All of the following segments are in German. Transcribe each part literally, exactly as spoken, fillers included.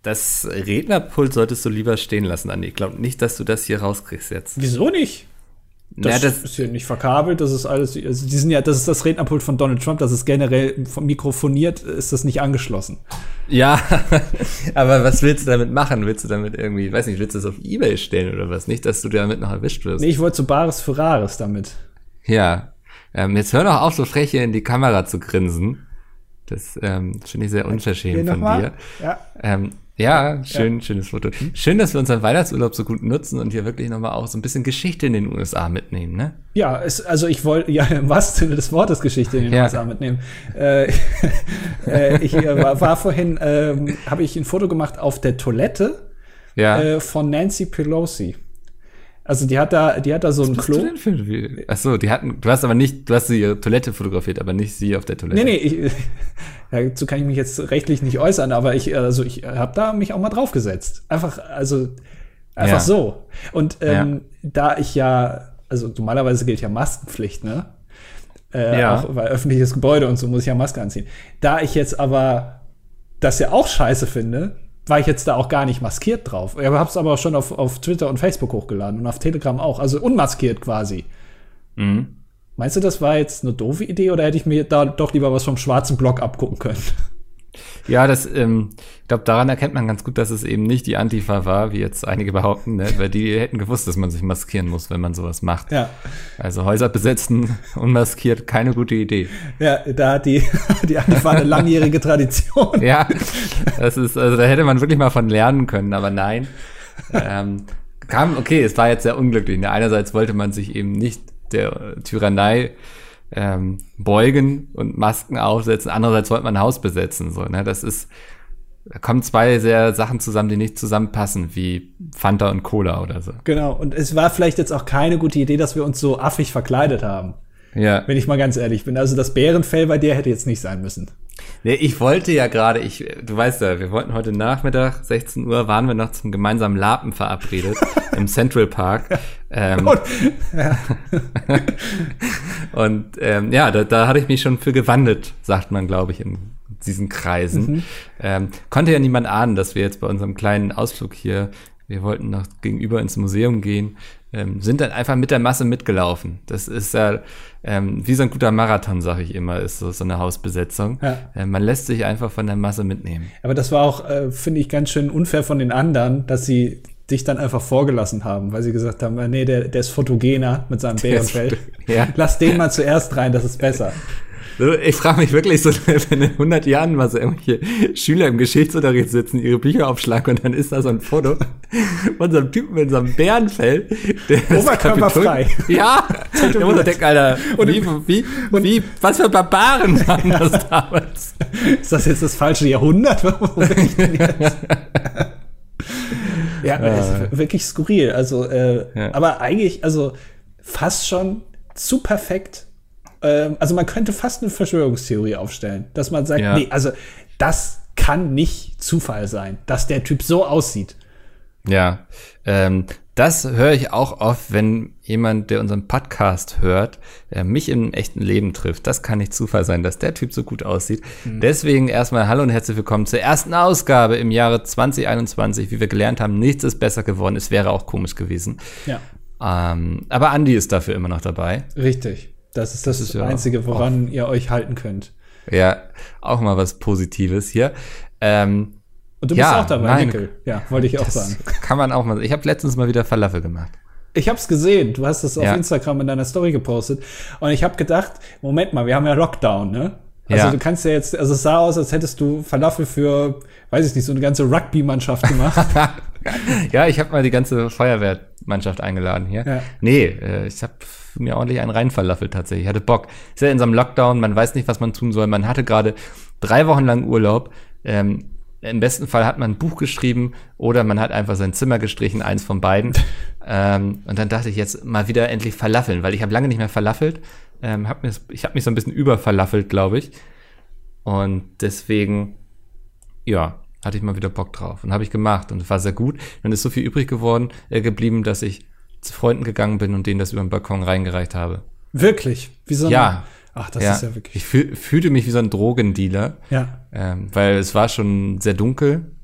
Das Rednerpult solltest du lieber stehen lassen, Andi. Ich glaube nicht, dass du das hier rauskriegst jetzt. Wieso nicht? Das, ja, das ist ja nicht verkabelt, das ist alles, also die sind ja, das ist das Rednerpult von Donald Trump, das ist generell mikrofoniert, ist das nicht angeschlossen. Ja, aber was willst du damit machen? Willst du damit irgendwie, weiß nicht, willst du das auf eBay stellen oder was? Nicht, dass du damit noch erwischt wirst. Nee, ich wollte so Bares für Rares damit. Ja, ähm, jetzt hör doch auf, so frech hier in die Kamera zu grinsen. Das ähm, finde ich sehr unverschämt von dir. Ja. Ähm, Ja, schön, ja. Schönes Foto. Schön, dass wir unseren Weihnachtsurlaub so gut nutzen und hier wirklich nochmal auch so ein bisschen Geschichte in den U S A mitnehmen, ne? Ja, es, also ich wollte, ja, im wahrsten Sinne des Wortes Geschichte in den ja. U S A mitnehmen. Äh, äh, ich äh, war, war vorhin, äh, habe ich ein Foto gemacht auf der Toilette ja. äh, von Nancy Pelosi. Also die hat da, die hat da so ein Was Klo. Du denn für, achso, die hatten, du hast aber nicht, du hast sie ihre Toilette fotografiert, aber nicht sie auf der Toilette. Nee, nee, ich, dazu kann ich mich jetzt rechtlich nicht äußern, aber ich, also ich habe da mich auch mal draufgesetzt. Einfach, also, einfach ja. so. Und ähm, ja. da ich ja, also normalerweise gilt ja Maskenpflicht, ne? Äh, ja. Auch, weil öffentliches Gebäude und so muss ich ja Maske anziehen. Da ich jetzt aber das ja auch scheiße finde, war ich jetzt da auch gar nicht maskiert drauf. Ich hab's aber auch schon auf, auf Twitter und Facebook hochgeladen und auf Telegram auch. Also unmaskiert quasi. Mhm. Meinst du, das war jetzt eine doofe Idee oder hätte ich mir da doch lieber was vom schwarzen Block abgucken können? Ja, das, ähm, ich glaube, daran erkennt man ganz gut, dass es eben nicht die Antifa war, wie jetzt einige behaupten, ne? Weil die hätten gewusst, dass man sich maskieren muss, wenn man sowas macht. Ja. Also Häuser besetzen, unmaskiert, keine gute Idee. Ja, da hat die, die Antifa eine langjährige Tradition. Ja, das ist, also da hätte man wirklich mal von lernen können, aber nein. ähm, kam, okay, es war jetzt sehr unglücklich. Ne? Einerseits wollte man sich eben nicht der Tyrannei Ähm, beugen und Masken aufsetzen. Andererseits wollte man ein Haus besetzen. So, ne? Das ist, da kommen zwei sehr Sachen zusammen, die nicht zusammenpassen, wie Fanta und Cola oder so. Genau. Und es war vielleicht jetzt auch keine gute Idee, dass wir uns so affig verkleidet haben. Ja. Wenn ich mal ganz ehrlich bin. Also das Bärenfell bei dir hätte jetzt nicht sein müssen. Nee, ich wollte ja gerade, ich, du weißt ja, wir wollten heute Nachmittag, sechzehn Uhr, waren wir noch zum gemeinsamen Lapen verabredet im Central Park. Ähm, ja. und ähm, ja, da, da hatte ich mich schon für gewandelt, sagt man, glaube ich, in diesen Kreisen. Mhm. Ähm, konnte ja niemand ahnen, dass wir jetzt bei unserem kleinen Ausflug hier, wir wollten noch gegenüber ins Museum gehen, ähm, sind dann einfach mit der Masse mitgelaufen. Das ist ja ähm, wie so ein guter Marathon, sage ich immer, ist so, so eine Hausbesetzung. Ja. Ähm, man lässt sich einfach von der Masse mitnehmen. Aber das war auch, äh, finde ich, ganz schön unfair von den anderen, dass sie dich dann einfach vorgelassen haben, weil sie gesagt haben, nee, der, der ist fotogener mit seinem Bärenfell. Ja. Lass den mal zuerst rein, das ist besser. Ich frage mich wirklich so, wenn in hundert Jahren mal so irgendwelche Schüler im Geschichtsunterricht sitzen, ihre Bücher aufschlagen und dann ist da so ein Foto von so einem Typen mit so einem Bärenfell. Oberkörperfrei. Ja, der muss doch denken, Alter, und wie, wie, und wie, was für Barbaren waren das damals? Ist das jetzt das falsche Jahrhundert? Wo bin ich denn jetzt? Ja, äh. ist wirklich skurril. Also, äh, ja. aber eigentlich, also fast schon zu perfekt. Also man könnte fast eine Verschwörungstheorie aufstellen, dass man sagt, ja. nee, also das kann nicht Zufall sein, dass der Typ so aussieht. Ja, ähm, das höre ich auch oft, wenn jemand, der unseren Podcast hört, äh, mich im echten Leben trifft. Das kann nicht Zufall sein, dass der Typ so gut aussieht. Mhm. Deswegen erstmal hallo und herzlich willkommen zur ersten Ausgabe im Jahre zwanzig einundzwanzig. Wie wir gelernt haben, nichts ist besser geworden. Es wäre auch komisch gewesen. Ja. Ähm, aber Andi ist dafür immer noch dabei. Richtig. Das ist das, das ist Einzige, woran auch ihr euch halten könnt. Ja, auch mal was Positives hier. Ähm, Und du ja, bist auch dabei, Nickel. Ja, wollte ich auch sagen. Kann man auch mal. Ich habe letztens mal wieder Falafel gemacht. Ich habe es gesehen. Du hast es auf ja. Instagram in deiner Story gepostet. Und ich habe gedacht, Moment mal, wir haben ja Lockdown, ne? Also ja. du kannst ja jetzt, also es sah aus, als hättest du Falafel für, weiß ich nicht, so eine ganze Rugby-Mannschaft gemacht. Ja, ich habe mal die ganze Feuerwehrmannschaft eingeladen hier. Ja. Nee, äh, ich habe mir ordentlich einen reinfalafelt tatsächlich. Ich hatte Bock. Ist ja in so einem Lockdown, man weiß nicht, was man tun soll. Man hatte gerade drei Wochen lang Urlaub. Ähm, im besten Fall hat man ein Buch geschrieben oder man hat einfach sein Zimmer gestrichen, eins von beiden. ähm, und dann dachte ich jetzt mal wieder endlich falafeln, weil ich habe lange nicht mehr falafelt. Ähm, hab mir, ich habe mich so ein bisschen überfalafelt, glaube ich. Und deswegen, ja, hatte ich mal wieder Bock drauf. Und habe ich gemacht. Und es war sehr gut. Dann ist so viel übrig geworden, äh, geblieben, dass ich zu Freunden gegangen bin und denen das über den Balkon reingereicht habe. Wirklich? Wie so eine, ja. Ach, das ja. ist ja wirklich. Ich fühl, fühlte mich wie so ein Drogendealer. Ja. Ähm, weil es war schon sehr dunkel.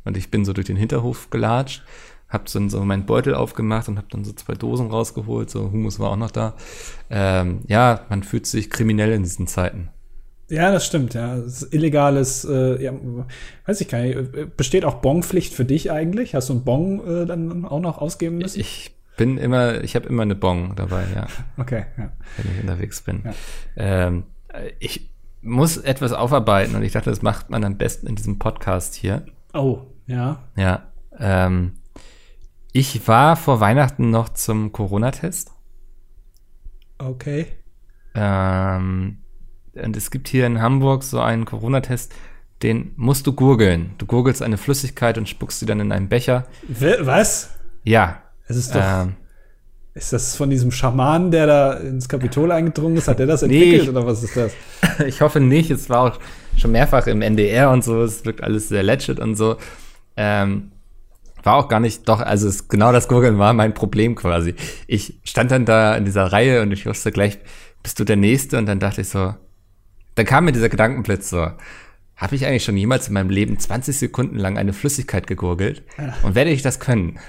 Und ich bin so durch den Hinterhof gelatscht, hab dann so meinen Beutel aufgemacht und hab dann so zwei Dosen rausgeholt, so Hummus war auch noch da. Ähm, ja, man fühlt sich kriminell in diesen Zeiten. Ja, das stimmt, ja. Das ist illegales, äh, ja, weiß ich gar nicht. Besteht auch Bonpflicht für dich eigentlich? Hast du einen Bon äh, dann auch noch ausgeben müssen? Ich bin immer, ich habe immer eine Bon dabei, ja. Okay, ja. Wenn ich unterwegs bin. Ja. Ähm, ich muss etwas aufarbeiten und ich dachte, das macht man am besten in diesem Podcast hier. Oh, ja. Ja. Ähm, ich war vor Weihnachten noch zum Corona-Test. Okay. Ähm, und es gibt hier in Hamburg so einen Corona-Test, den musst du gurgeln. Du gurgelst eine Flüssigkeit und spuckst sie dann in einen Becher. Was? Ja. Es ist doch. Ähm, ist das von diesem Schaman, der da ins Kapitol eingedrungen ist? Hat der das entwickelt nee, ich, oder was ist das? Ich hoffe nicht. Es war auch schon mehrfach im N D R und so. Es wirkt alles sehr legit und so. Ähm, war auch gar nicht, doch, also es, genau das Gurgeln war mein Problem quasi. Ich stand dann da in dieser Reihe und ich wusste gleich, bist du der Nächste? Und dann dachte ich so, dann kam mir dieser Gedankenblitz so, habe ich eigentlich schon jemals in meinem Leben zwanzig Sekunden lang eine Flüssigkeit gegurgelt? Ja. Und werde ich das können?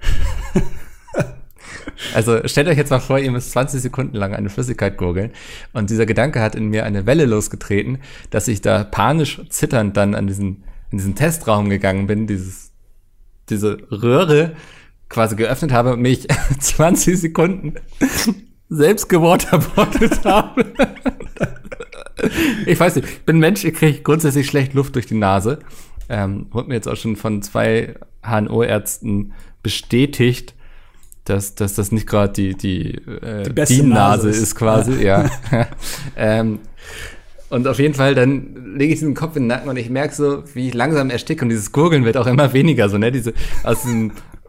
Also stellt euch jetzt mal vor, ihr müsst zwanzig Sekunden lang eine Flüssigkeit gurgeln und dieser Gedanke hat in mir eine Welle losgetreten, dass ich da panisch zitternd dann an diesen, in diesen Testraum gegangen bin, dieses, diese Röhre quasi geöffnet habe und mich zwanzig Sekunden selbst gewaterboardet habe. Ich weiß nicht, ich bin ein Mensch, ich kriege grundsätzlich schlecht Luft durch die Nase. Ähm, wurde mir jetzt auch schon von zwei H N O-Ärzten bestätigt, dass, dass das nicht gerade die, die, äh, die beste Nase ist, ist quasi, ja. ja. ähm, und auf jeden Fall, dann lege ich diesen Kopf in den Nacken und ich merke so, wie ich langsam ersticke und dieses Gurgeln wird auch immer weniger, so, ne, diese, aus diesem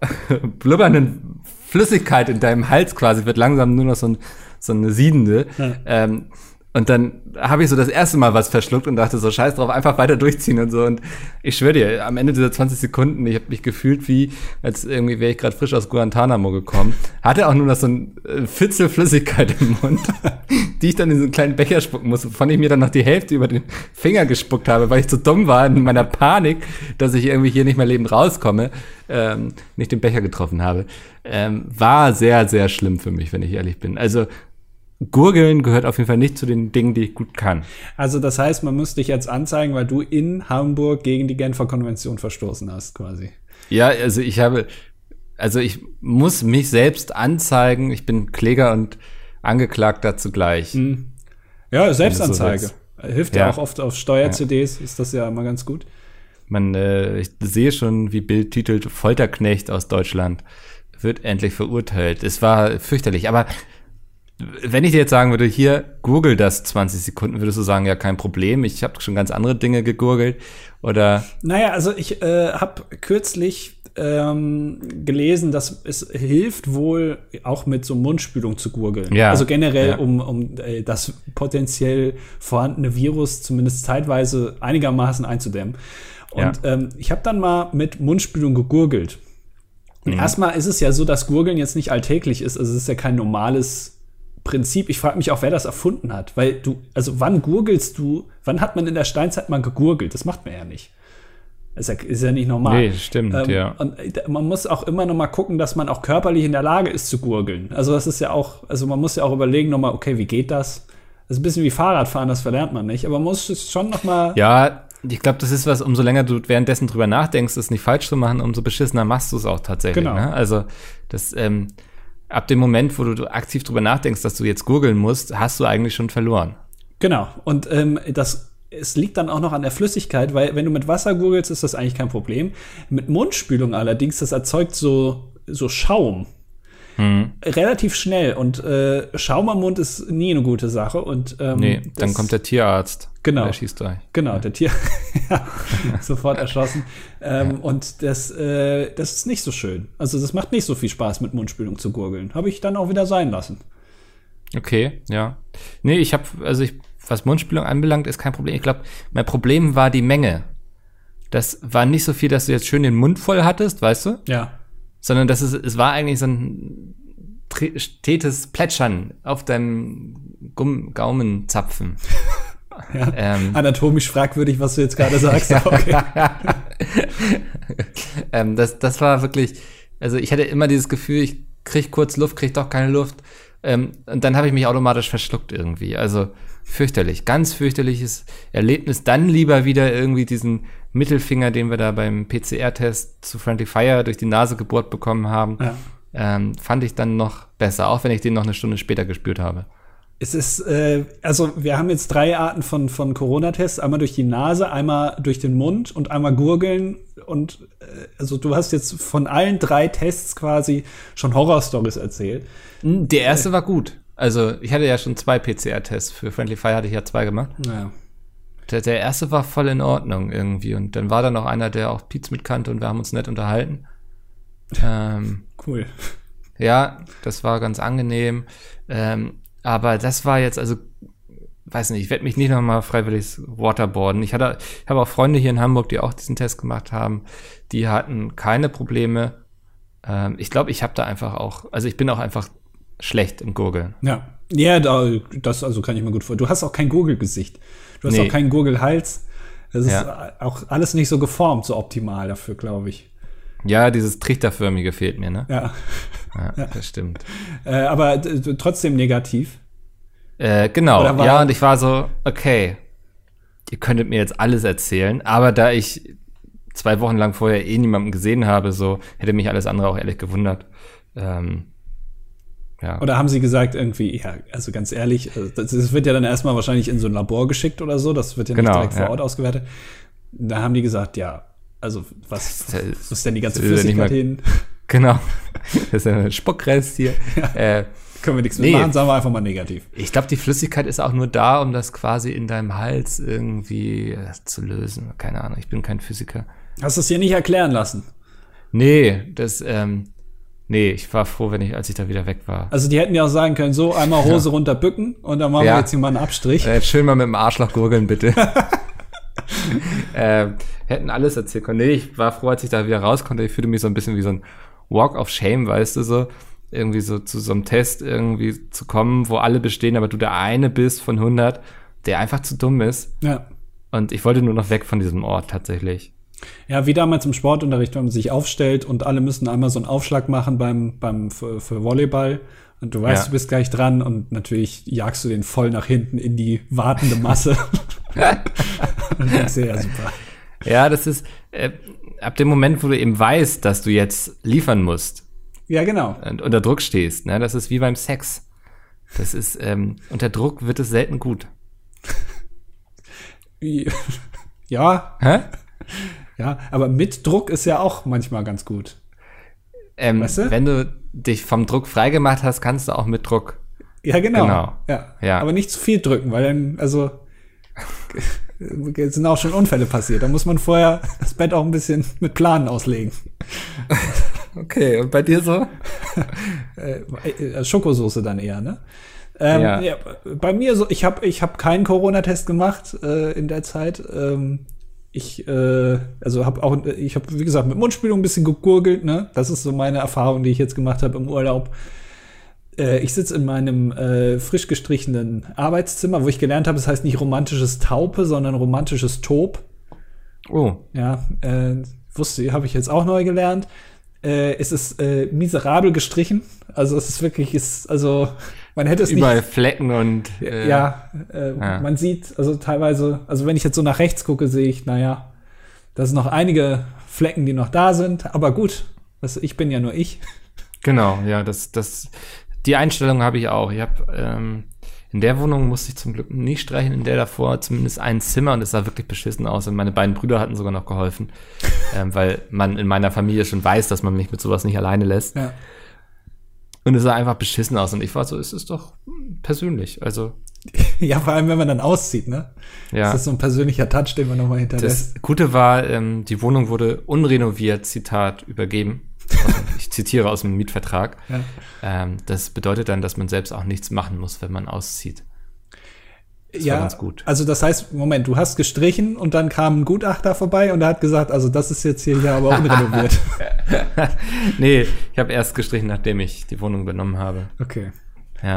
blubbernden Flüssigkeit in deinem Hals quasi wird langsam nur noch so, ein, so eine siedende. Ja. Ähm, Und dann habe ich so das erste Mal was verschluckt und dachte so, scheiß drauf, einfach weiter durchziehen und so. Und ich schwöre dir, am Ende dieser zwanzig Sekunden, ich habe mich gefühlt wie, als irgendwie wäre ich gerade frisch aus Guantanamo gekommen. Hatte auch nur noch so ein Fitzel Flüssigkeit im Mund, die ich dann in so einen kleinen Becher spucken musste, wovon ich mir dann noch die Hälfte über den Finger gespuckt habe, weil ich so dumm war in meiner Panik, dass ich irgendwie hier nicht mehr lebend rauskomme, ähm, nicht den Becher getroffen habe. Ähm, war sehr, sehr schlimm für mich, wenn ich ehrlich bin. Also Gurgeln gehört auf jeden Fall nicht zu den Dingen, die ich gut kann. Also das heißt, man muss dich jetzt anzeigen, weil du in Hamburg gegen die Genfer Konvention verstoßen hast, quasi. Ja, also ich habe, also ich muss mich selbst anzeigen. Ich bin Kläger und Angeklagter zugleich. Hm. Ja, Selbstanzeige. So hilft ja auch oft auf Steuer-C Ds, ja. Ist das ja immer ganz gut. Man, äh, ich sehe schon, wie Bild titelt, Folterknecht aus Deutschland wird endlich verurteilt. Es war fürchterlich, aber wenn ich dir jetzt sagen würde, hier, google das zwanzig Sekunden, würdest du sagen, ja, kein Problem, ich habe schon ganz andere Dinge gegurgelt, oder? Naja, also ich äh, habe kürzlich ähm, gelesen, dass es hilft wohl auch mit so Mundspülung zu gurgeln. Ja, also generell, ja. um, um äh, das potenziell vorhandene Virus zumindest zeitweise einigermaßen einzudämmen. Und ja. ähm, ich habe dann mal mit Mundspülung gegurgelt. Und mhm. erstmal ist es ja so, dass Gurgeln jetzt nicht alltäglich ist, also es ist ja kein normales Prinzip. Ich frage mich auch, wer das erfunden hat, weil du, also wann gurgelst du, wann hat man in der Steinzeit mal gegurgelt? Das macht man ja nicht. Ist ja, ist ja nicht normal. Nee, stimmt, ähm, ja. Und man muss auch immer noch mal gucken, dass man auch körperlich in der Lage ist zu gurgeln. Also das ist ja auch, also man muss ja auch überlegen noch mal, okay, wie geht das? Das ist ein bisschen wie Fahrradfahren, das verlernt man nicht, aber man muss es schon noch mal. Ja, ich glaube, das ist was, umso länger du währenddessen drüber nachdenkst, es nicht falsch zu machen, umso beschissener machst du es auch tatsächlich. Genau. Ne? Also das, ähm, ab dem Moment, wo du aktiv drüber nachdenkst, dass du jetzt gurgeln musst, hast du eigentlich schon verloren. Genau. Und ähm, das es liegt dann auch noch an der Flüssigkeit, weil wenn du mit Wasser gurgelst, ist das eigentlich kein Problem. Mit Mundspülung allerdings, das erzeugt so, so Schaum. Hm. Relativ schnell. Und äh, Schaum am Mund ist nie eine gute Sache. Und, ähm, nee, dann kommt der Tierarzt. Genau. Der schießt euch. Genau, ja. Der Tier ja, sofort erschossen. Ähm, ja. Und das, äh, das ist nicht so schön. Also das macht nicht so viel Spaß, mit Mundspülung zu gurgeln. Habe ich dann auch wieder sein lassen. Okay, ja. Nee, ich habe, also ich, was Mundspülung anbelangt, ist kein Problem. Ich glaube, mein Problem war die Menge. Das war nicht so viel, dass du jetzt schön den Mund voll hattest, weißt du? Ja. Sondern das ist, es war eigentlich so ein stetes Plätschern auf deinem Gumm- Gaumenzapfen. Ja. Ähm, Anatomisch fragwürdig, was du jetzt gerade sagst. Okay. ähm, das, das war wirklich, also ich hatte immer dieses Gefühl, ich krieg kurz Luft, krieg doch keine Luft. Ähm, und dann habe ich mich automatisch verschluckt irgendwie. Also fürchterlich, ganz fürchterliches Erlebnis. Dann lieber wieder irgendwie diesen Mittelfinger, den wir da beim P C R-Test zu Friendly Fire durch die Nase gebohrt bekommen haben, ja. ähm, fand ich dann noch besser, auch wenn ich den noch eine Stunde später gespürt habe. Es ist, äh, also wir haben jetzt drei Arten von, von Corona-Tests. Einmal durch die Nase, einmal durch den Mund und einmal Gurgeln. Und äh, also du hast jetzt von allen drei Tests quasi schon Horror-Stories erzählt. Der erste äh, war gut. Also ich hatte ja schon zwei P C R-Tests. Für Friendly Fire hatte ich ja zwei gemacht. Ja. Der, der erste war voll in Ordnung irgendwie. Und dann war da noch einer, der auch Pietz mitkannte und wir haben uns nett unterhalten. Ähm, cool. Ja, das war ganz angenehm. Ähm, Aber das war jetzt, also, weiß nicht, ich werde mich nicht nochmal freiwillig waterboarden. Ich hatte, ich habe auch Freunde hier in Hamburg, die auch diesen Test gemacht haben. Die hatten keine Probleme. Ähm, ich glaube, ich habe da einfach auch, also ich bin auch einfach schlecht im Gurgeln. Ja, ja, da, das also kann ich mir gut vorstellen. Du hast auch kein Gurgelgesicht. Du hast nee. auch keinen Gurgelhals. Das ist ja. auch alles nicht so geformt, so optimal dafür, glaube ich. Ja, dieses Trichterförmige fehlt mir, ne? Ja. Ja, ja. Das stimmt. Äh, aber d- trotzdem negativ. Äh, genau, ja, und ich war so, okay, ihr könntet mir jetzt alles erzählen, aber da ich zwei Wochen lang vorher eh niemanden gesehen habe, so hätte mich alles andere auch ehrlich gewundert. Ähm, ja. Oder haben sie gesagt irgendwie, ja, also ganz ehrlich, das, das wird ja dann erstmal wahrscheinlich in so ein Labor geschickt oder so, das wird ja nicht genau, direkt vor ja. Ort ausgewertet. Da haben die gesagt, ja, also was, das, was ist denn die ganze Flüssigkeit hin? Genau, das ist ja ein Spuckrest hier. Ja. Äh, Können wir nichts nee. mitmachen, sagen wir einfach mal negativ. Ich glaube, die Flüssigkeit ist auch nur da, um das quasi in deinem Hals irgendwie äh, zu lösen. Keine Ahnung, ich bin kein Physiker. Hast du es dir nicht erklären lassen? Nee, das, ähm, nee, ich war froh, wenn ich, als ich da wieder weg war. Also die hätten ja auch sagen können, so einmal Hose ja. runter bücken und dann machen ja. wir jetzt hier mal einen Abstrich. Äh, schön mal mit dem Arschloch gurgeln, bitte. äh, hätten alles erzählen können. Nee, ich war froh, als ich da wieder raus konnte. Ich fühlte mich so ein bisschen wie so ein Walk of Shame, weißt du, so. Irgendwie so zu so einem Test irgendwie zu kommen, wo alle bestehen, aber du der eine bist von hundert, der einfach zu dumm ist. Ja. Und ich wollte nur noch weg von diesem Ort tatsächlich. Ja, wie damals im Sportunterricht, wenn man sich aufstellt und alle müssen einmal so einen Aufschlag machen beim, beim für, für Volleyball und du weißt, ja. du bist gleich dran und natürlich jagst du den voll nach hinten in die wartende Masse. Und das ist ja super. Ja, das ist äh, ab dem Moment, wo du eben weißt, dass du jetzt liefern musst. Ja, genau. Und unter Druck stehst, ne? Das ist wie beim Sex. Das ist, ähm, unter Druck wird es selten gut. Ja. Hä? Ja, aber mit Druck ist ja auch manchmal ganz gut. Ähm, weißt du? Wenn du dich vom Druck freigemacht hast, kannst du auch mit Druck. Ja, genau. genau. Ja. ja. Aber nicht zu viel drücken, weil dann, also, sind auch schon Unfälle passiert. Da muss man vorher das Bett auch ein bisschen mit Planen auslegen. Okay, und bei dir so? äh, Schokosoße dann eher, ne? Ähm, ja. ja. Bei mir so, ich habe ich hab keinen Corona-Test gemacht äh, in der Zeit. Ähm, ich äh, also habe auch, ich habe wie gesagt mit Mundspülung ein bisschen gegurgelt, ne? Das ist so meine Erfahrung, die ich jetzt gemacht habe im Urlaub. Äh, ich sitze in meinem äh, frisch gestrichenen Arbeitszimmer, wo ich gelernt habe, es heißt nicht romantisches Taupe, sondern romantisches Taub. Oh. Ja, äh, wusste, habe ich jetzt auch neu gelernt. Äh, es ist äh, miserabel gestrichen. Also es ist wirklich, ist, also man hätte es überall nicht. Überall Flecken und äh, ja, äh, ja, man sieht, also teilweise, also wenn ich jetzt so nach rechts gucke, sehe ich, naja, da sind noch einige Flecken, die noch da sind, aber gut, also ich bin ja nur ich. Genau, ja, das, das, die Einstellung habe ich auch. Ich habe ähm, in der Wohnung musste ich zum Glück nicht streichen, in der davor zumindest ein Zimmer und es sah wirklich beschissen aus. Und meine beiden Brüder hatten sogar noch geholfen, ähm, weil man in meiner Familie schon weiß, dass man mich mit sowas nicht alleine lässt. Ja. Und es sah einfach beschissen aus. Und ich war so, es ist doch persönlich. Also ja, vor allem, wenn man dann auszieht, ne? Ja. Das ist so ein persönlicher Touch, den man nochmal hinterlässt. Das Gute war, ähm, die Wohnung wurde unrenoviert, Zitat, übergeben. Also, ich zitiere aus dem Mietvertrag. Ja. Ähm, das bedeutet dann, dass man selbst auch nichts machen muss, wenn man auszieht. Das ja, war ganz gut. Also das heißt, Moment, du hast gestrichen und dann kam ein Gutachter vorbei und er hat gesagt, also das ist jetzt hier ja aber unrenoviert. Nee, ich habe erst gestrichen, nachdem ich die Wohnung übernommen habe. Okay. Ja,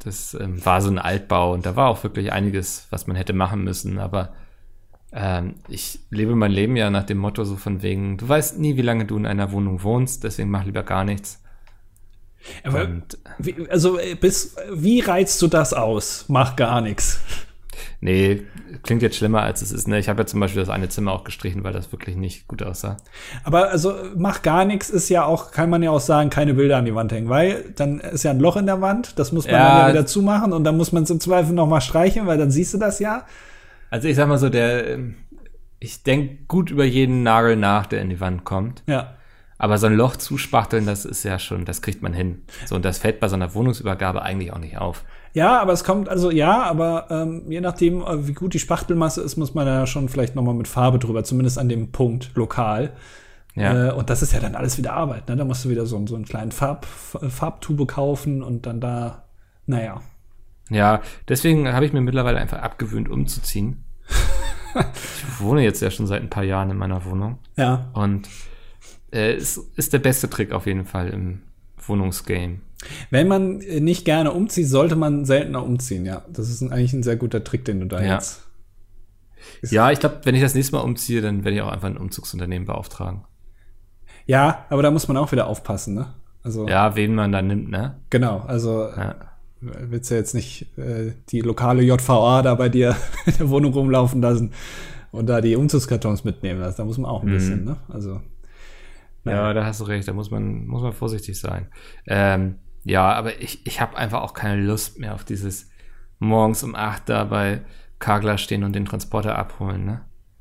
Das ähm, war so ein Altbau und da war auch wirklich einiges, was man hätte machen müssen. Aber ähm, ich lebe mein Leben ja nach dem Motto so von wegen, du weißt nie, wie lange du in einer Wohnung wohnst, deswegen mach lieber gar nichts. Aber und, wie, also bis, wie reizt du das aus? Mach gar nichts. Nee, klingt jetzt schlimmer, als es ist. Ne? Ich habe ja zum Beispiel das eine Zimmer auch gestrichen, weil das wirklich nicht gut aussah. Aber also mach gar nichts ist ja auch, kann man ja auch sagen, keine Bilder an die Wand hängen, weil dann ist ja ein Loch in der Wand, das muss man ja, dann ja wieder zumachen und dann muss man es im Zweifel noch mal streichen, weil dann siehst du das ja. Also ich sag mal so, der, ich denke gut über jeden Nagel nach, der in die Wand kommt. Ja. Aber so ein Loch zuspachteln, das ist ja schon, das kriegt man hin. So, und das fällt bei so einer Wohnungsübergabe eigentlich auch nicht auf. Ja, aber es kommt, also ja, aber ähm, je nachdem, wie gut die Spachtelmasse ist, muss man da schon vielleicht noch mal mit Farbe drüber, zumindest an dem Punkt lokal. Ja. Äh, und das ist ja dann alles wieder Arbeit, ne? Da musst du wieder so, so einen kleinen Farb, Farbtube kaufen und dann da, naja. Ja, deswegen habe ich mir mittlerweile einfach abgewöhnt, umzuziehen. Ich wohne jetzt ja schon seit ein paar Jahren in meiner Wohnung. Ja. Und äh, es ist der beste Trick auf jeden Fall im Wohnungsgame. Wenn man nicht gerne umzieht, sollte man seltener umziehen, ja. Das ist eigentlich ein sehr guter Trick, den du da ja. jetzt... Ja, ich glaube, wenn ich das nächste Mal umziehe, dann werde ich auch einfach ein Umzugsunternehmen beauftragen. Ja, aber da muss man auch wieder aufpassen, ne? Also, ja, wen man da nimmt, ne? Genau, also ja. willst du jetzt nicht äh, die lokale J V A da bei dir in der Wohnung rumlaufen lassen und da die Umzugskartons mitnehmen lassen. Da muss man auch ein mhm. bisschen, ne? Also ja, da hast du recht, da muss man, muss man vorsichtig sein. Ähm, ja, aber ich, ich habe einfach auch keine Lust mehr auf dieses morgens um acht da bei Kagler stehen und den Transporter abholen, ne?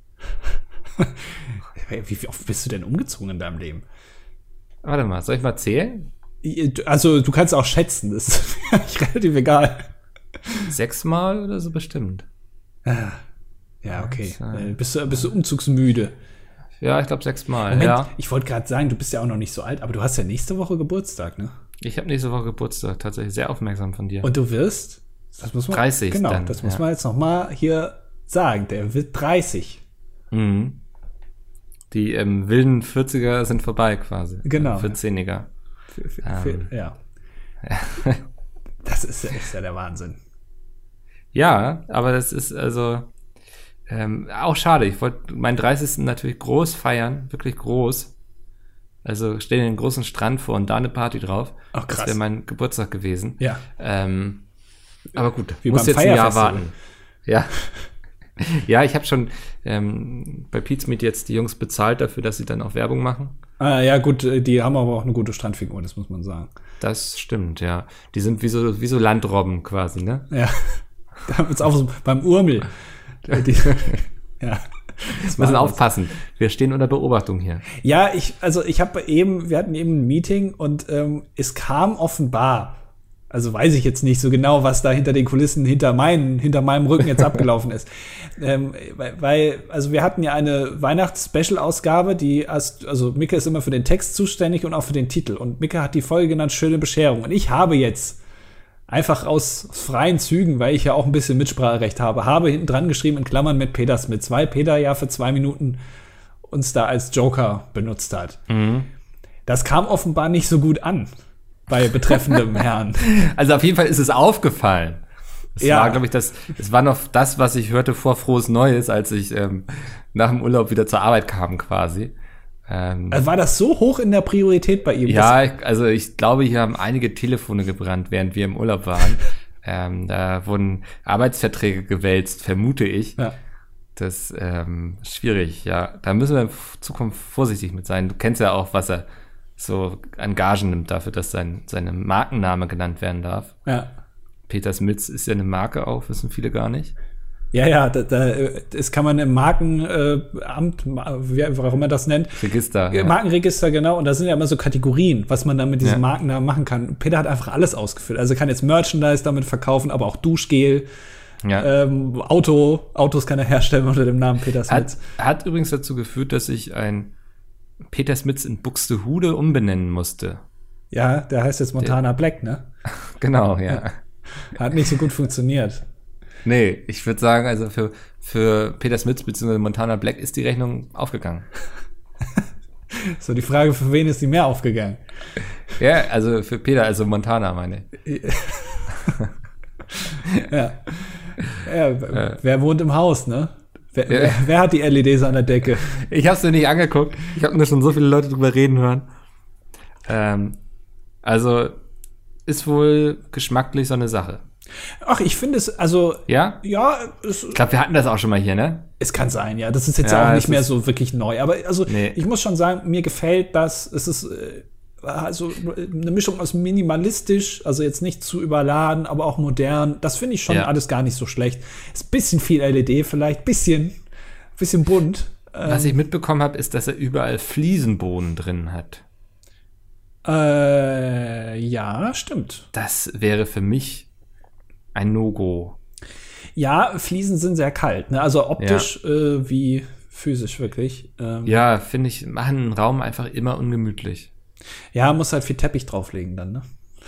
wie, wie oft bist du denn umgezogen in deinem Leben? Warte mal, soll ich mal zählen? Also, du kannst auch schätzen, das ist relativ egal. Sechsmal oder so bestimmt. Ja, okay. Äh, bist du, bist du umzugsmüde? Ja, ich glaube sechsmal. Moment, ja. Ich wollte gerade sagen, du bist ja auch noch nicht so alt, aber du hast ja nächste Woche Geburtstag, ne? Ich habe nächste Woche Geburtstag, tatsächlich sehr aufmerksam von dir. Und du wirst? Das muss man, dreißig Genau, dann, das muss ja. man jetzt noch mal hier sagen. Der wird dreißig. Mhm. Die ähm, wilden vierziger sind vorbei quasi. Genau. vierzehniger. Für, für, für, ähm. Ja. Das ist ja, ist ja der Wahnsinn. Ja, aber das ist also ähm, auch schade. Ich wollte meinen dreißigsten natürlich groß feiern, wirklich groß. Also stell dir einen großen Strand vor und da eine Party drauf. Ach, krass. Das wäre mein Geburtstag gewesen. Ja. Ähm, aber gut, wie muss beim jetzt ein Jahr Feierfestival. warten. Ja. Ja, ich habe schon ähm, bei Pete's Meet jetzt die Jungs bezahlt dafür, dass sie dann auch Werbung machen. Ah, ja, gut, die haben aber auch eine gute Strandfigur, das muss man sagen. Das stimmt, ja. Die sind wie so, wie so Landrobben quasi, ne? Ja. Da haben wir jetzt auch so beim Urmel. Die, ja. Wir müssen aufpassen. Wir stehen unter Beobachtung hier. Ja, ich, also ich habe eben, wir hatten eben ein Meeting und ähm, es kam offenbar, also weiß ich jetzt nicht so genau, was da hinter den Kulissen, hinter meinen, hinter meinem Rücken jetzt abgelaufen ist. Ähm, weil, also wir hatten ja eine Weihnachts-Special-Ausgabe, die, also Micke ist immer für den Text zuständig und auch für den Titel. Und Micke hat die Folge genannt, Schöne Bescherung. Und ich habe jetzt einfach aus freien Zügen, weil ich ja auch ein bisschen Mitspracherecht habe, habe hinten dran geschrieben in Klammern mit Peter Smith, weil Peter ja für zwei Minuten uns da als Joker benutzt hat. Mhm. Das kam offenbar nicht so gut an bei betreffendem Herrn. Also auf jeden Fall ist es aufgefallen. Es ja. war, glaube ich, das, es war noch das, was ich hörte vor Frohes Neues, als ich ähm, nach dem Urlaub wieder zur Arbeit kam quasi. Ähm, also war das so hoch in der Priorität bei ihm? Ja, ich, also ich glaube, hier haben einige Telefone gebrannt, während wir im Urlaub waren. ähm, da wurden Arbeitsverträge gewälzt, vermute ich. Ja. Das ist ähm, schwierig, ja. Da müssen wir in Zukunft vorsichtig mit sein. Du kennst ja auch, was er so an Gagen nimmt dafür, dass sein seine Markenname genannt werden darf. Ja. Peter Smith ist ja eine Marke auch, wissen viele gar nicht. Ja, ja, da, da, das kann man im Markenamt, wie auch immer das nennt. Register. Ja. Markenregister, genau. Und da sind ja immer so Kategorien, was man dann mit diesem ja. Markennamen machen kann. Peter hat einfach alles ausgefüllt. Also kann jetzt Merchandise damit verkaufen, aber auch Duschgel, ja. ähm, Auto, Autos kann er herstellen unter dem Namen Peter Smith. Hat, hat übrigens dazu geführt, dass ich ein Peter Smith in Buxtehude umbenennen musste. Ja, der heißt jetzt Montana der, Black, ne? Genau, ja. Hat nicht so gut funktioniert. Nee, ich würde sagen, also für, für Peter Smith bzw. Montana Black ist die Rechnung aufgegangen. So, die Frage, für wen ist die mehr aufgegangen? Ja, also für Peter, also Montana, meine ich. ja. ja äh. Wer wohnt im Haus, ne? Wer, ja. wer, wer hat die L E Ds an der Decke? Ich hab's mir nicht angeguckt. Ich habe nur schon so viele Leute drüber reden hören. Ähm, also ist wohl geschmacklich so eine Sache. Ach, ich finde es, also ja, ja es, ich glaube, wir hatten das auch schon mal hier, ne? Es kann sein, ja. Das ist jetzt ja, auch nicht mehr so wirklich neu. Aber also nee. Ich muss schon sagen, mir gefällt das. Es ist äh, also eine Mischung aus minimalistisch, also jetzt nicht zu überladen, aber auch modern. Das finde ich schon ja. alles gar nicht so schlecht. Ist ein bisschen viel L E D vielleicht, bisschen, bisschen bunt. Was ähm, ich mitbekommen habe, ist, dass er überall Fliesenboden drin hat. Äh, ja, stimmt. Das wäre für mich ein No-Go. Ja, Fliesen sind sehr kalt, ne? Also optisch ja. äh, wie physisch wirklich. Ähm, ja, finde ich, machen einen Raum einfach immer ungemütlich. Ja, muss halt viel Teppich drauflegen dann, ne?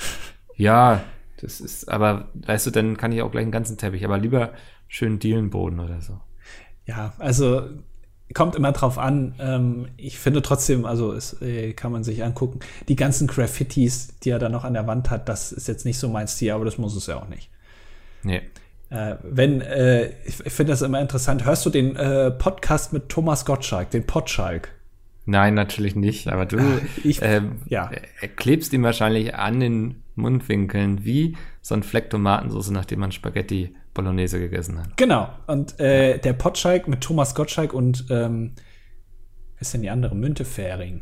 Ja, das ist, aber weißt du, dann kann ich auch gleich einen ganzen Teppich, aber lieber schön Dielenboden oder so. Ja, also kommt immer drauf an. Ähm, ich finde trotzdem, also es äh, kann man sich angucken, die ganzen Graffitis, die er da noch an der Wand hat, das ist jetzt nicht so mein Stil, aber das muss es ja auch nicht. Nee. Äh, wenn, äh, ich, ich finde das immer interessant, hörst du den äh, Podcast mit Thomas Gottschalk, den Potschalk? Nein, natürlich nicht, aber du ich, ähm, ja. klebst ihm wahrscheinlich an den Mundwinkeln wie so ein Fleck Tomatensauce, nachdem man Spaghetti Bolognese gegessen hat. Genau, und äh, der Potschalk mit Thomas Gottschalk und ähm, wer ist denn die andere? Müntefering.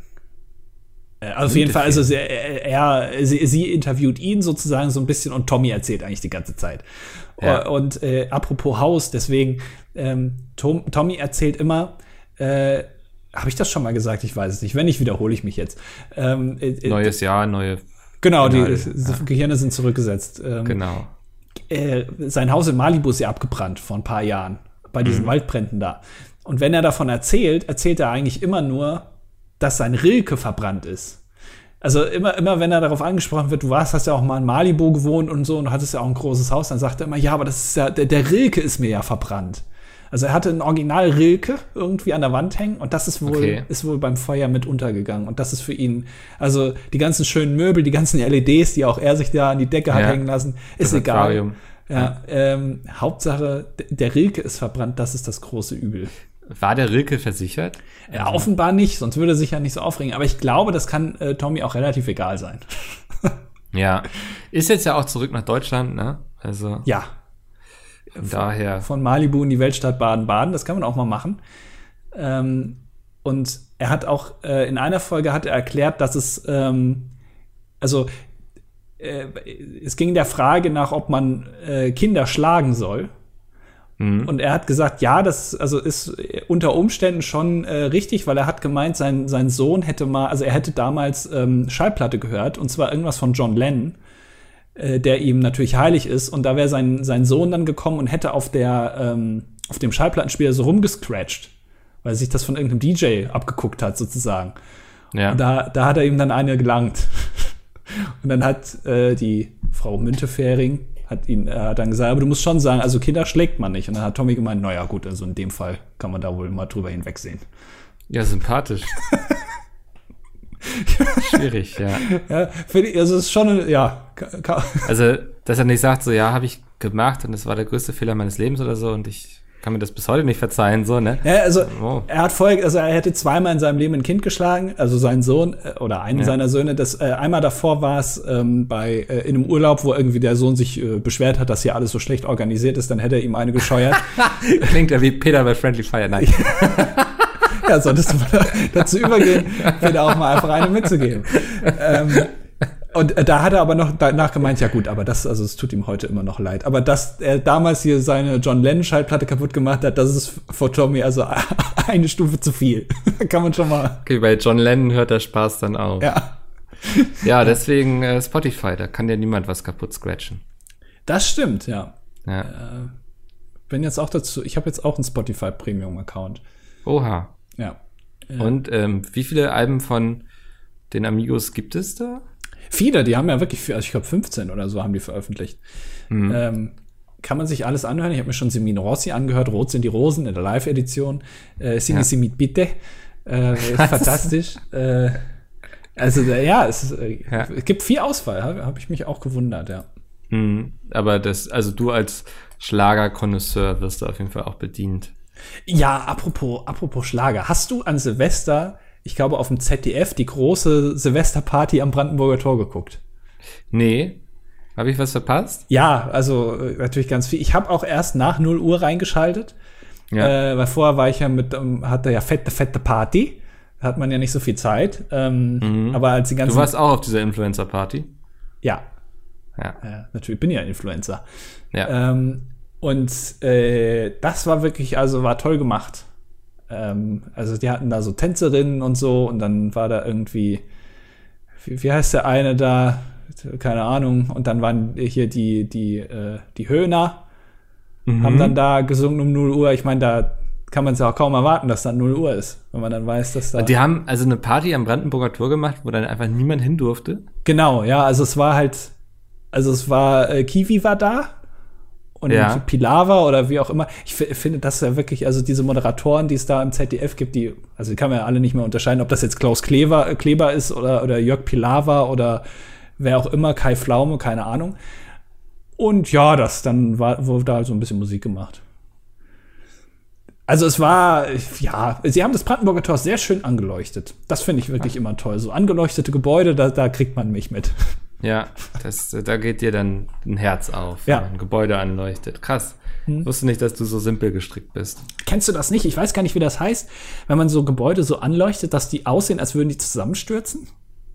Äh, also auf jeden Fall, also er, er, sie, sie interviewt ihn sozusagen so ein bisschen und Tommy erzählt eigentlich die ganze Zeit. Ja. Und äh, apropos Haus, deswegen, ähm, Tom, Tommy erzählt immer, äh, habe ich das schon mal gesagt? Ich weiß es nicht. Wenn nicht, wiederhole ich mich jetzt. Ähm, äh, Neues Jahr, neue Genau, die, die ja. Gehirne sind zurückgesetzt. Ähm, genau. Äh, sein Haus in Malibu ist ja abgebrannt vor ein paar Jahren, bei diesen mhm. Waldbränden da. Und wenn er davon erzählt, erzählt er eigentlich immer nur, dass sein Rilke verbrannt ist. Also immer, immer wenn er darauf angesprochen wird, du warst, hast ja auch mal in Malibu gewohnt und so und du hattest ja auch ein großes Haus, dann sagt er immer, ja, aber das ist ja, der, der Rilke ist mir ja verbrannt. Also er hatte ein Original Rilke irgendwie an der Wand hängen und das ist wohl, okay. ist wohl beim Feuer mit untergegangen. Und das ist für ihn, also die ganzen schönen Möbel, die ganzen L E Ds, die auch er sich da an die Decke hat ja. hängen lassen, ist das egal. Aquarium. Ja, ähm, Hauptsache, der Rilke ist verbrannt, das ist das große Übel. War der Rilke versichert? Ja, offenbar nicht, sonst würde er sich ja nicht so aufregen. Aber ich glaube, das kann äh, Tommy auch relativ egal sein. Ja, ist jetzt ja auch zurück nach Deutschland, ne? Also ja. Von daher. Von Malibu in die Weltstadt Baden-Baden, das kann man auch mal machen. Ähm, und er hat auch, äh, in einer Folge hat er erklärt, dass es, ähm, also äh, es ging der Frage nach, ob man äh, Kinder schlagen soll. Mhm. Und er hat gesagt, ja, das also ist unter Umständen schon äh, richtig, weil er hat gemeint, sein, sein Sohn hätte mal, also er hätte damals ähm, Schallplatte gehört, und zwar irgendwas von John Lennon, der ihm natürlich heilig ist, und da wäre sein, sein Sohn dann gekommen und hätte auf der ähm, auf dem Schallplattenspieler so rumgescratcht, weil sich das von irgendeinem D J abgeguckt hat, sozusagen. Ja. Und da, da hat er ihm dann eine gelangt. Und dann hat äh, die Frau Müntefering hat ihn äh, hat dann gesagt, aber du musst schon sagen, also Kinder schlägt man nicht. Und dann hat Tommy gemeint, naja gut, also in dem Fall kann man da wohl mal drüber hinwegsehen. Ja, sympathisch. Schwierig, ja. Ja, finde ich, also es ist schon, ja. Also, dass er nicht sagt, so, ja, habe ich gemacht und das war der größte Fehler meines Lebens oder so und ich kann mir das bis heute nicht verzeihen, so, ne? Ja, also, oh. er hat vorher, also er hätte zweimal in seinem Leben ein Kind geschlagen, also seinen Sohn oder einen ja. seiner Söhne. Das, äh, einmal davor war es ähm, bei, äh, in einem Urlaub, wo irgendwie der Sohn sich äh, beschwert hat, dass hier alles so schlecht organisiert ist, dann hätte er ihm eine gescheuert. Klingt ja wie Peter bei Friendly Fire, nein. Ja, solltest du mal dazu übergehen, Peter auch mal einfach eine mitzugeben. Ähm, und da hat er aber noch danach gemeint, ja gut, aber das, also es tut ihm heute immer noch leid. Aber dass er damals hier seine John Lennon-Schallplatte kaputt gemacht hat, das ist für Tommy also eine Stufe zu viel. Kann man schon mal. Okay, bei John Lennon hört der Spaß dann auf. Ja. Ja, deswegen äh, Spotify, da kann ja niemand was kaputt scratchen. Das stimmt, ja. Ja. Äh, bin jetzt auch dazu, ich habe jetzt auch einen Spotify Premium-Account. Oha. Ja. Und ähm, wie viele Alben von den Amigos gibt es da? Viele, die haben ja wirklich, viel, also ich glaube fünfzehn oder so haben die veröffentlicht. Mhm. Ähm, kann man sich alles anhören. Ich habe mir schon Semino Rossi angehört, Rot sind die Rosen in der Live-Edition. Äh, Sing sie mit bitte. Äh, ist fantastisch. äh, also ja, es, ist, äh, ja, es gibt viel Auswahl, habe hab ich mich auch gewundert, ja. Mhm. Aber das, also du als Schlagerkonnoisseur wirst du auf jeden Fall auch bedient. Ja, apropos, apropos Schlager. Hast du an Silvester, ich glaube auf dem Z D F, die große Silvesterparty am Brandenburger Tor geguckt? Nee. Habe ich was verpasst? Ja, also äh, natürlich ganz viel. Ich habe auch erst nach null Uhr reingeschaltet. Ja. Äh, weil vorher war ich ja mit, um, hatte ja fette, fette Party. Da hat man ja nicht so viel Zeit. Ähm, mhm. Aber als die ganzen. Du warst auch auf dieser Influencer-Party? Ja. Ja. ja. Natürlich, bin ja Influencer. Ja. Ähm, und äh, das war wirklich, also war toll gemacht. Ähm, also die hatten da so Tänzerinnen und so und dann war da irgendwie, wie, wie heißt der eine da? Keine Ahnung. Und dann waren hier die, die, äh, die Höhner, mhm. haben dann da gesungen um null Uhr. Ich meine, da kann man es ja auch kaum erwarten, dass dann null Uhr ist, wenn man dann weiß, dass da. Die haben also eine Party am Brandenburger Tor gemacht, wo dann einfach niemand hin durfte? Genau, ja, also es war halt, also es war, äh, Kiwi war da und ja. Pilawa oder wie auch immer. Ich f- finde, das ist ja wirklich, also diese Moderatoren, die es da im Z D F gibt, die, also die kann man ja alle nicht mehr unterscheiden, ob das jetzt Klaus Kleber, äh, Kleber ist oder, oder Jörg Pilawa oder wer auch immer, Kai Pflaume, keine Ahnung. Und ja, das, dann war, wurde da so ein bisschen Musik gemacht. Also es war, ja, sie haben das Brandenburger Tor sehr schön angeleuchtet. Das finde ich wirklich immer toll. So angeleuchtete Gebäude, da, da kriegt man mich mit. Ja, das, da geht dir dann ein Herz auf, ja. wenn man ein Gebäude anleuchtet. Krass. Hm. Ich wusste nicht, dass du so simpel gestrickt bist. Kennst du das nicht? Ich weiß gar nicht, wie das heißt, wenn man so Gebäude so anleuchtet, dass die aussehen, als würden die zusammenstürzen.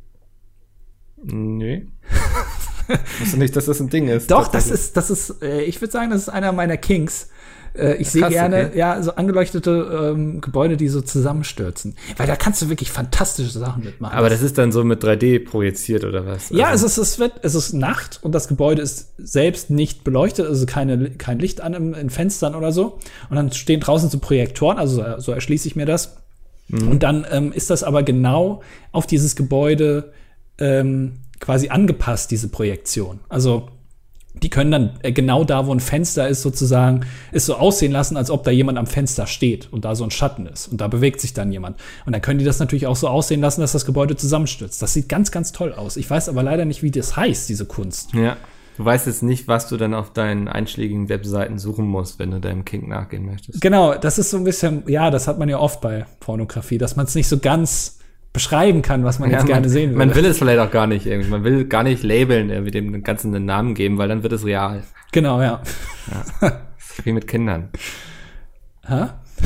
Nee. Ich wusste nicht, dass das ein Ding ist. Doch, das ist, das ist, äh, ich würde sagen, das ist einer meiner Kinks. Äh, ich sehe gerne, okay. ja, so angeleuchtete ähm, Gebäude, die so zusammenstürzen. Weil da kannst du wirklich fantastische Sachen mitmachen. Aber das ist dann so mit drei D projiziert oder was? Ja, also es, ist, es, wird, es ist Nacht und das Gebäude ist selbst nicht beleuchtet, also keine, kein Licht an im, in Fenstern oder so. Und dann stehen draußen so Projektoren, also so erschließe ich mir das. Mhm. Und dann ähm, ist das aber genau auf dieses Gebäude ähm, quasi angepasst, diese Projektion. Also die können dann äh, genau da, wo ein Fenster ist, sozusagen, es so aussehen lassen, als ob da jemand am Fenster steht und da so ein Schatten ist. Und da bewegt sich dann jemand. Und dann können die das natürlich auch so aussehen lassen, dass das Gebäude zusammenstürzt. Das sieht ganz, ganz toll aus. Ich weiß aber leider nicht, wie das heißt, diese Kunst. Ja, du weißt jetzt nicht, was du dann auf deinen einschlägigen Webseiten suchen musst, wenn du deinem Kink nachgehen möchtest. Genau, das ist so ein bisschen, ja, das hat man ja oft bei Pornografie, dass man es nicht so ganz beschreiben kann, was man ja, jetzt gerne man, sehen will. Man will es vielleicht auch gar nicht irgendwie. Man will gar nicht labeln, irgendwie dem Ganzen einen Namen geben, weil dann wird es real. Genau, ja. ja. Das ist wie mit Kindern. Hä?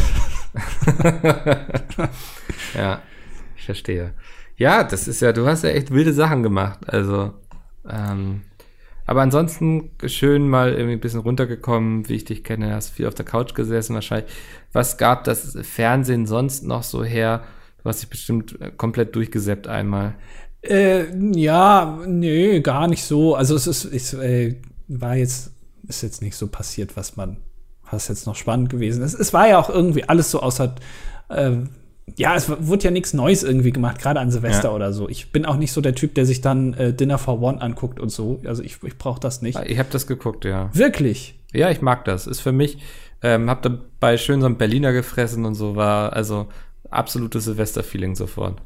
Ja, ich verstehe. Ja, das ist ja, du hast ja echt wilde Sachen gemacht. Also, ähm, aber ansonsten schön mal irgendwie ein bisschen runtergekommen, wie ich dich kenne. Hast viel auf der Couch gesessen wahrscheinlich. Was gab das Fernsehen sonst noch so her? Du hast dich bestimmt komplett durchgesäppt einmal. Äh, ja, nee, gar nicht so. Also es ist, es äh, war jetzt, ist jetzt nicht so passiert, was man, was jetzt noch spannend gewesen ist. Es war ja auch irgendwie alles so außer, äh, ja, es wurde ja nichts Neues irgendwie gemacht, gerade an Silvester ja. oder so. Ich bin auch nicht so der Typ, der sich dann äh, Dinner for One anguckt und so. Also ich, ich brauche das nicht. Ich habe das geguckt, ja. Wirklich? Ja, ich mag das. Ist für mich, ähm, hab dabei schön so ein Berliner gefressen und so, war also absolutes Silvester-Feeling sofort.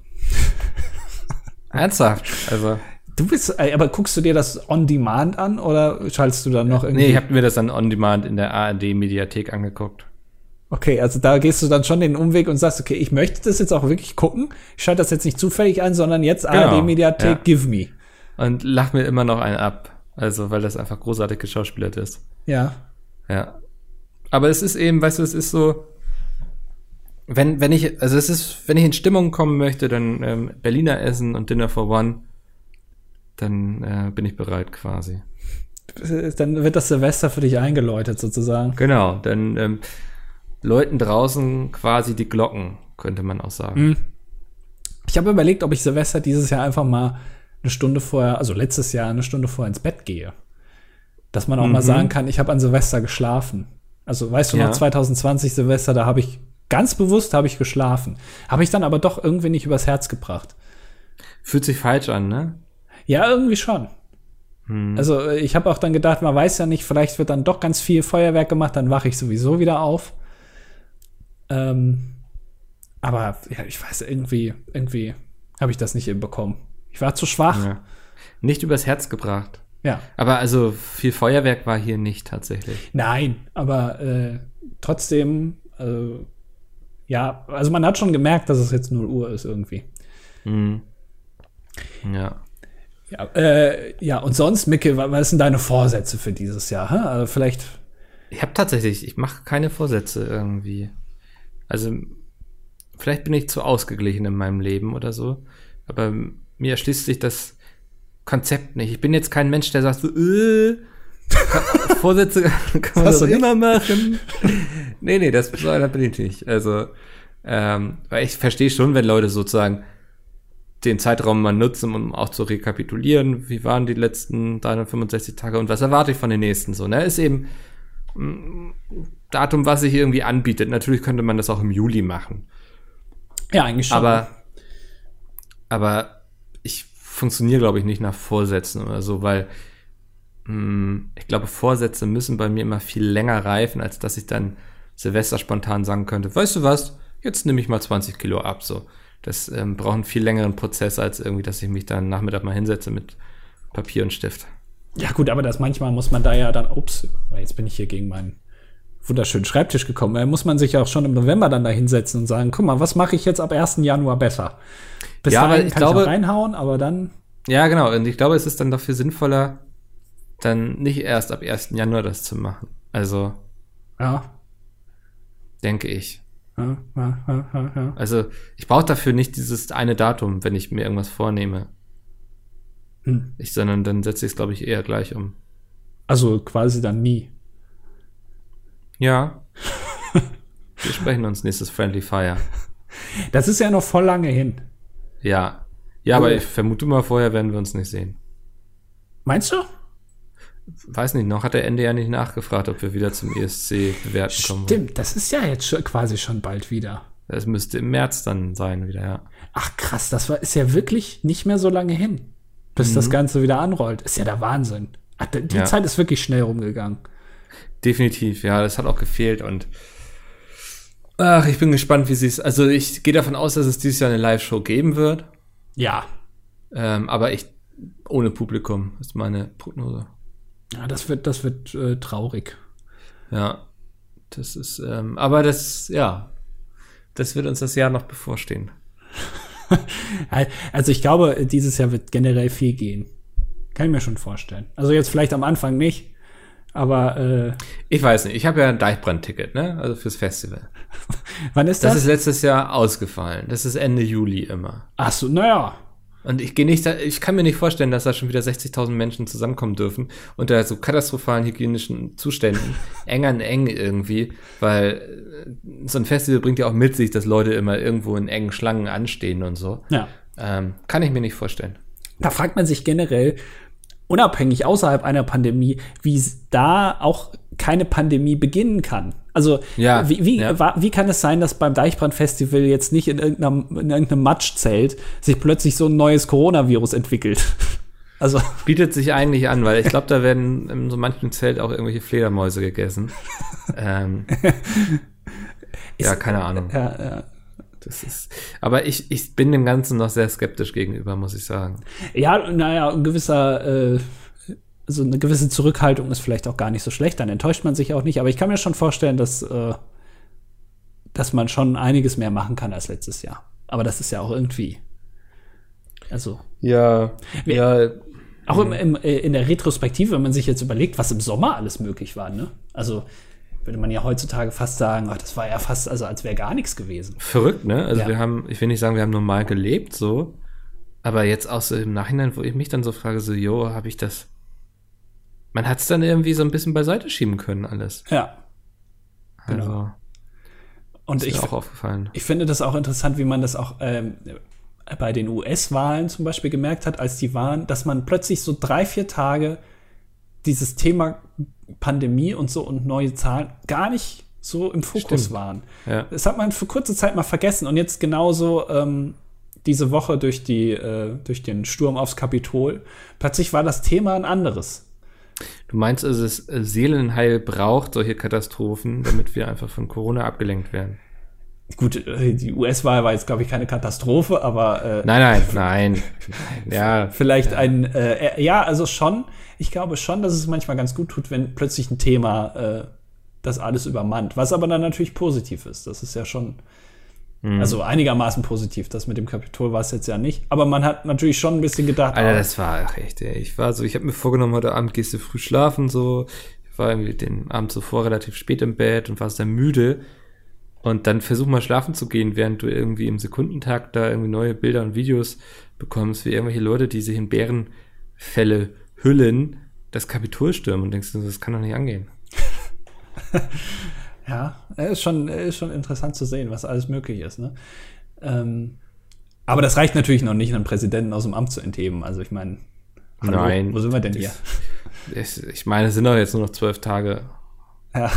Ernsthaft, also. Du bist, aber guckst du dir das on demand an oder schaltest du dann noch irgendwie? Nee, ich habe mir das dann on demand in der A R D-Mediathek angeguckt. Okay, also da gehst du dann schon den Umweg und sagst, okay, ich möchte das jetzt auch wirklich gucken. Ich schalte das jetzt nicht zufällig ein, sondern jetzt genau, A R D-Mediathek, ja. Give me. Und lach mir immer noch einen ab. Also, weil das einfach großartig geschauspielert ist. Ja. Ja. Aber es ist eben, weißt du, es ist so, Wenn, wenn ich, also es ist, wenn ich in Stimmung kommen möchte, dann ähm, Berliner essen und Dinner for One, dann äh, bin ich bereit quasi. Dann wird das Silvester für dich eingeläutet sozusagen. Genau, dann ähm, läuten draußen quasi die Glocken, könnte man auch sagen. Ich habe überlegt, ob ich Silvester dieses Jahr einfach mal eine Stunde vorher, also letztes Jahr eine Stunde vorher ins Bett gehe. Dass man auch mhm. mal sagen kann, ich habe an Silvester geschlafen. Also weißt du ja. noch, zwanzig zwanzig Silvester, da habe ich ganz bewusst habe ich geschlafen. Habe ich dann aber doch irgendwie nicht übers Herz gebracht. Fühlt sich falsch an, ne? Ja, irgendwie schon. Hm. Also ich habe auch dann gedacht, man weiß ja nicht, vielleicht wird dann doch ganz viel Feuerwerk gemacht, dann wache ich sowieso wieder auf. Ähm, aber ja, ich weiß, irgendwie, irgendwie habe ich das nicht hinbekommen. Ich war zu schwach. Ja. Nicht übers Herz gebracht. Ja. Aber also viel Feuerwerk war hier nicht tatsächlich. Nein, aber äh, trotzdem, äh, ja, also man hat schon gemerkt, dass es jetzt null Uhr ist irgendwie. Mhm. Ja. Ja, äh, ja, und sonst, Micke, was sind deine Vorsätze für dieses Jahr? Huh? Also vielleicht. Ich habe tatsächlich, ich mache keine Vorsätze irgendwie. Also vielleicht bin ich zu ausgeglichen in meinem Leben oder so, aber mir erschließt sich das Konzept nicht. Ich bin jetzt kein Mensch, der sagt so, äh, Vorsätze kann man das immer machen. nee, nee, das, so einer bin ich nicht. Also, ähm, weil ich verstehe schon, wenn Leute sozusagen den Zeitraum mal nutzen, um auch zu rekapitulieren, wie waren die letzten dreihundertfünfundsechzig Tage und was erwarte ich von den nächsten so, ne? Ist eben ein Datum, was sich irgendwie anbietet. Natürlich könnte man das auch im Juli machen. Ja, eigentlich schon. Aber, aber ich funktioniere, glaube ich, nicht nach Vorsätzen oder so, weil mh, ich glaube, Vorsätze müssen bei mir immer viel länger reifen, als dass ich dann Silvester spontan sagen könnte, weißt du was, jetzt nehme ich mal zwanzig Kilo ab, so. Das ähm, braucht einen viel längeren Prozess, als irgendwie, dass ich mich dann Nachmittag mal hinsetze mit Papier und Stift. Ja gut, aber das manchmal muss man da ja dann, ups, jetzt bin ich hier gegen meinen wunderschönen Schreibtisch gekommen, da muss man sich ja auch schon im November dann da hinsetzen und sagen, guck mal, was mache ich jetzt ab ersten Januar besser? Bis ja, dahin aber ich kann glaube, ich auch reinhauen, aber dann. Ja, genau, und ich glaube, es ist dann dafür sinnvoller, dann nicht erst ab ersten Januar das zu machen. Also, ja. Denke ich. Ja, ja, ja, ja. Also, ich brauche dafür nicht dieses eine Datum, wenn ich mir irgendwas vornehme. Hm. Ich, sondern dann setze ich es, glaube ich, eher gleich um. Also quasi dann nie. Ja. Wir sprechen uns nächstes Friendly Fire. Das ist ja noch voll lange hin. Ja. Ja, also, aber ich vermute mal, vorher werden wir uns nicht sehen. Meinst du? Weiß nicht, noch hat der Ende ja nicht nachgefragt, ob wir wieder zum E S C bewerten kommen. Stimmt, das ist ja jetzt schon, quasi schon bald wieder. Das müsste im März dann sein wieder, ja. Ach krass, das war, ist ja wirklich nicht mehr so lange hin, bis mhm. das Ganze wieder anrollt. Ist ja der Wahnsinn. Ach, die ja. Zeit ist wirklich schnell rumgegangen. Definitiv, ja, das hat auch gefehlt und ach, ich bin gespannt, wie sie es, also ich gehe davon aus, dass es dieses Jahr eine Live-Show geben wird. Ja. Ähm, aber ich, ohne Publikum, ist meine Prognose. Ja, das wird, das wird äh, traurig. Ja, das ist, ähm, aber das, ja, das wird uns das Jahr noch bevorstehen. Also ich glaube, dieses Jahr wird generell viel gehen. Kann ich mir schon vorstellen. Also jetzt vielleicht am Anfang nicht, aber äh ich weiß nicht, ich habe ja ein Deichbrand-Ticket, ne? Also fürs Festival. Wann ist das? Das ist letztes Jahr ausgefallen. Das ist Ende Juli immer. Ach so, naja. Und ich gehe nicht, ich kann mir nicht vorstellen, dass da schon wieder sechzigtausend Menschen zusammenkommen dürfen unter so katastrophalen hygienischen Zuständen, eng an eng irgendwie, weil so ein Festival bringt ja auch mit sich, dass Leute immer irgendwo in engen Schlangen anstehen und so. Ja. Ähm, kann ich mir nicht vorstellen. Da fragt man sich generell, unabhängig außerhalb einer Pandemie, wie da auch keine Pandemie beginnen kann. Also ja, wie, wie, ja. wa, wie kann es sein, dass beim Deichbrand-Festival jetzt nicht in irgendeinem, in irgendeinem Matschzelt sich plötzlich so ein neues Coronavirus entwickelt? Also bietet sich eigentlich an, weil ich glaube, da werden in so manchen Zelt auch irgendwelche Fledermäuse gegessen. ähm, ja, keine Ahnung. Ja, ja. Das ist, aber ich, ich bin dem Ganzen noch sehr skeptisch gegenüber, muss ich sagen. Ja, naja, ein gewisser, äh, so eine gewisse Zurückhaltung ist vielleicht auch gar nicht so schlecht, dann enttäuscht man sich auch nicht, aber ich kann mir schon vorstellen, dass, äh, dass man schon einiges mehr machen kann als letztes Jahr. Aber das ist ja auch irgendwie, also. Ja, wir, ja. Auch im, im, in der Retrospektive, wenn man sich jetzt überlegt, was im Sommer alles möglich war, ne? Also, würde man ja heutzutage fast sagen, ach, das war ja fast, also als wäre gar nichts gewesen. Verrückt, ne? Also ja. wir haben, ich will nicht sagen, wir haben normal gelebt, so, aber jetzt auch so im Nachhinein, wo ich mich dann so frage, so, jo, habe ich das, man hat es dann irgendwie so ein bisschen beiseite schieben können, alles. Ja. Also, genau. Und ist ich, mir auch aufgefallen. Ich finde das auch interessant, wie man das auch ähm, bei den U S-Wahlen zum Beispiel gemerkt hat, als die waren, dass man plötzlich so drei, vier Tage dieses Thema Pandemie und so und neue Zahlen gar nicht so im Fokus Stimmt. waren. Ja. Das hat man für kurze Zeit mal vergessen und jetzt genauso ähm, diese Woche durch die äh, durch den Sturm aufs Kapitol. Plötzlich war das Thema ein anderes. Du meinst, also es Seelenheil braucht solche Katastrophen, damit wir einfach von Corona abgelenkt werden? Gut, die U S-Wahl war jetzt, glaube ich, keine Katastrophe, aber äh, Nein, nein, nein. Ja. Vielleicht ja. ein, äh, ja, also schon, ich glaube schon, dass es manchmal ganz gut tut, wenn plötzlich ein Thema äh, das alles übermannt. Was aber dann natürlich positiv ist. Das ist ja schon, mhm. also einigermaßen positiv. Das mit dem Kapitol war es jetzt ja nicht. Aber man hat natürlich schon ein bisschen gedacht. Alter, das war ach echt, ey. Ich war so, ich habe mir vorgenommen, heute Abend gehst du früh schlafen, so. Ich war irgendwie den Abend zuvor relativ spät im Bett und war dann müde. Und dann versuch mal schlafen zu gehen, während du irgendwie im Sekundentakt da irgendwie neue Bilder und Videos bekommst, wie irgendwelche Leute, die sich in Bärenfelle hüllen, das Kapitol stürmen und denkst du, das kann doch nicht angehen. Ja, ist schon, ist schon interessant zu sehen, was alles möglich ist, ne? Ähm, aber das reicht natürlich noch nicht, einen Präsidenten aus dem Amt zu entheben. Also ich meine, nein, wo sind wir denn hier? Ich, ich meine, es sind doch jetzt nur noch zwölf Tage. Ja.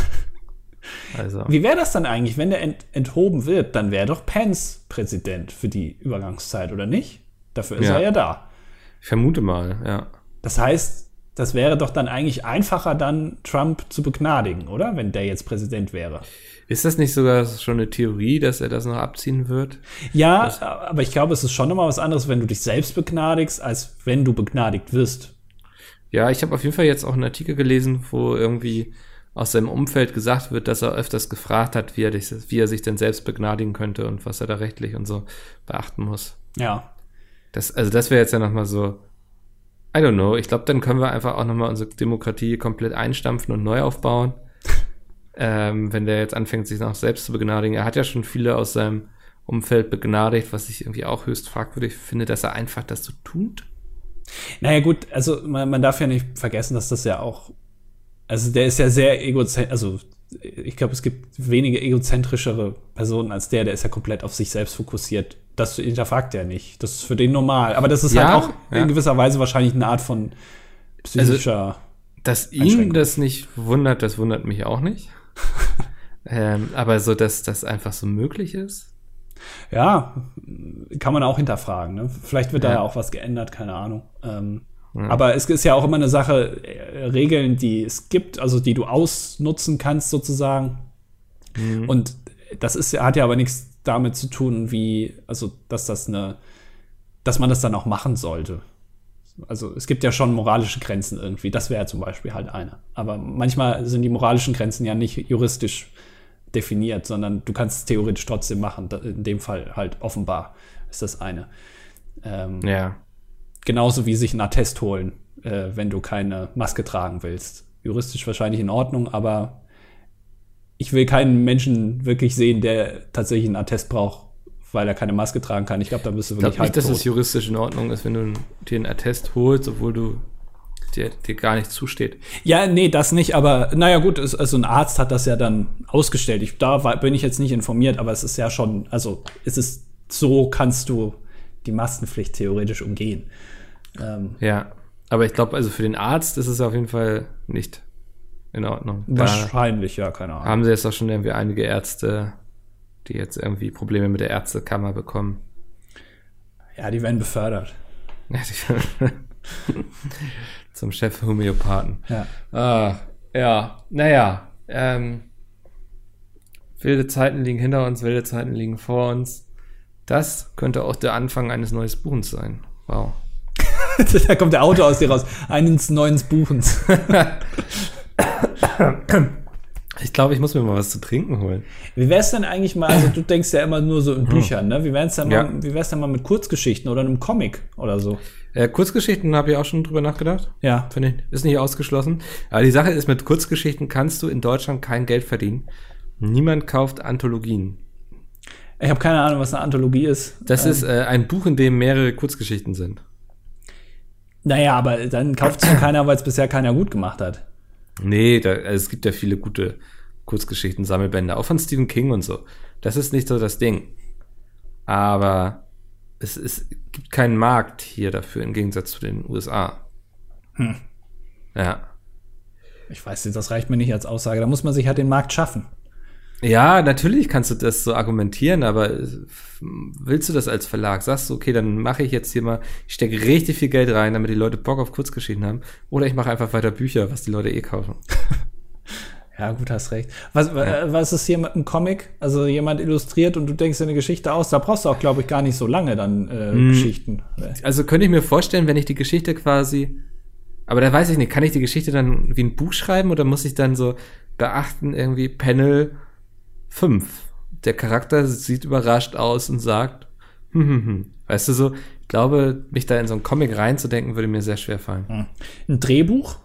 Also. Wie wäre das dann eigentlich, wenn der ent- enthoben wird? Dann wäre doch Pence Präsident für die Übergangszeit, oder nicht? Dafür ist ja. er ja da. Ich vermute mal, ja. Das heißt, das wäre doch dann eigentlich einfacher, dann Trump zu begnadigen, oder? Wenn der jetzt Präsident wäre. Ist das nicht sogar schon eine Theorie, dass er das noch abziehen wird? Ja, das aber ich glaube, es ist schon nochmal was anderes, wenn du dich selbst begnadigst, als wenn du begnadigt wirst. Ja, ich habe auf jeden Fall jetzt auch einen Artikel gelesen, wo irgendwie aus seinem Umfeld gesagt wird, dass er öfters gefragt hat, wie er, dich, wie er sich denn selbst begnadigen könnte und was er da rechtlich und so beachten muss. Ja. Das, also das wäre jetzt ja nochmal so, I don't know, ich glaube, dann können wir einfach auch nochmal unsere Demokratie komplett einstampfen und neu aufbauen. ähm, wenn der jetzt anfängt, sich noch selbst zu begnadigen. Er hat ja schon viele aus seinem Umfeld begnadigt, was ich irgendwie auch höchst fragwürdig finde, dass er einfach das so tut. Naja gut, also man, man darf ja nicht vergessen, dass das ja auch, also der ist ja sehr egozentrisch, also ich glaube, es gibt wenige egozentrischere Personen als der, der ist ja komplett auf sich selbst fokussiert. Das hinterfragt er nicht. Das ist für den normal. Aber das ist ja, halt auch ja. in gewisser Weise wahrscheinlich eine Art von psychischer also, dass ihn das nicht wundert, das wundert mich auch nicht. ähm, aber so, dass das einfach so möglich ist? Ja, kann man auch hinterfragen. Ne? Vielleicht wird ja. da ja auch was geändert, keine Ahnung. Ähm, ja. Aber es ist ja auch immer eine Sache, äh, Regeln, die es gibt, also die du ausnutzen kannst sozusagen. Mhm. Und das ist, hat ja aber nichts damit zu tun, wie, also, dass das eine, dass man das dann auch machen sollte. Also, es gibt ja schon moralische Grenzen irgendwie. Das wäre zum Beispiel halt eine. Aber manchmal sind die moralischen Grenzen ja nicht juristisch definiert, sondern du kannst es theoretisch trotzdem machen. In dem Fall halt offenbar ist das eine. Ähm, ja. Genauso wie sich einen Attest holen, äh, wenn du keine Maske tragen willst. Juristisch wahrscheinlich in Ordnung, aber ich will keinen Menschen wirklich sehen, der tatsächlich einen Attest braucht, weil er keine Maske tragen kann. Ich glaube, da bist du wirklich halb tot. Ich glaube nicht, dass es juristisch in Ordnung ist, wenn du dir einen Attest holst, obwohl du dir, dir gar nicht zusteht. Ja, nee, das nicht, aber naja gut, es, also ein Arzt hat das ja dann ausgestellt. Ich, da war, bin ich jetzt nicht informiert, aber es ist ja schon, also es ist so, kannst du die Maskenpflicht theoretisch umgehen. Ähm, ja, aber ich glaube, also für den Arzt ist es auf jeden Fall nicht in Ordnung. Wahrscheinlich, da ja, keine Ahnung. Haben sie jetzt auch schon irgendwie einige Ärzte, die jetzt irgendwie Probleme mit der Ärztekammer bekommen. Ja, die werden befördert. Ja, die zum Chef Homöopathen. Ja. Ah, ja, naja. Ähm, wilde Zeiten liegen hinter uns, wilde Zeiten liegen vor uns. Das könnte auch der Anfang eines neuen Buchens sein. Wow. Da kommt der Autor aus dir raus. Eines neuen Buchens. Ich glaube, ich muss mir mal was zu trinken holen. Wie wär's denn eigentlich mal, also du denkst ja immer nur so in Büchern, ne? Wie wär's denn mal, ja. wie wär's denn mal mit Kurzgeschichten oder einem Comic oder so? Äh, Kurzgeschichten habe ich auch schon drüber nachgedacht. Ja. Finde ich, ist nicht ausgeschlossen. Aber die Sache ist, mit Kurzgeschichten kannst du in Deutschland kein Geld verdienen. Niemand kauft Anthologien. Ich habe keine Ahnung, was eine Anthologie ist. Das ähm. ist äh, ein Buch, in dem mehrere Kurzgeschichten sind. Naja, aber dann kauft es keiner, weil es bisher keiner gut gemacht hat. Nee, da, also es gibt ja viele gute Kurzgeschichten, Sammelbände, auch von Stephen King und so. Das ist nicht so das Ding. Aber es, es gibt keinen Markt hier dafür, im Gegensatz zu den U S A. Hm. Ja. Ich weiß nicht, das reicht mir nicht als Aussage. Da muss man sich halt den Markt schaffen. Ja, natürlich kannst du das so argumentieren, aber willst du das als Verlag? Sagst du, okay, dann mache ich jetzt hier mal, ich stecke richtig viel Geld rein, damit die Leute Bock auf Kurzgeschichten haben, oder ich mache einfach weiter Bücher, was die Leute eh kaufen. Ja, gut, hast recht. Was, ja. was ist hier mit einem Comic? Also jemand illustriert und du denkst dir eine Geschichte aus, da brauchst du auch, glaube ich, gar nicht so lange dann äh, hm. Geschichten. Also könnte ich mir vorstellen, wenn ich die Geschichte quasi, aber da weiß ich nicht, kann ich die Geschichte dann wie ein Buch schreiben oder muss ich dann so beachten, irgendwie Panel fünf. Der Charakter sieht überrascht aus und sagt, hm, hm, hm. Weißt du so, ich glaube, mich da in so einen Comic reinzudenken, würde mir sehr schwer fallen. Hm. Ein Drehbuch?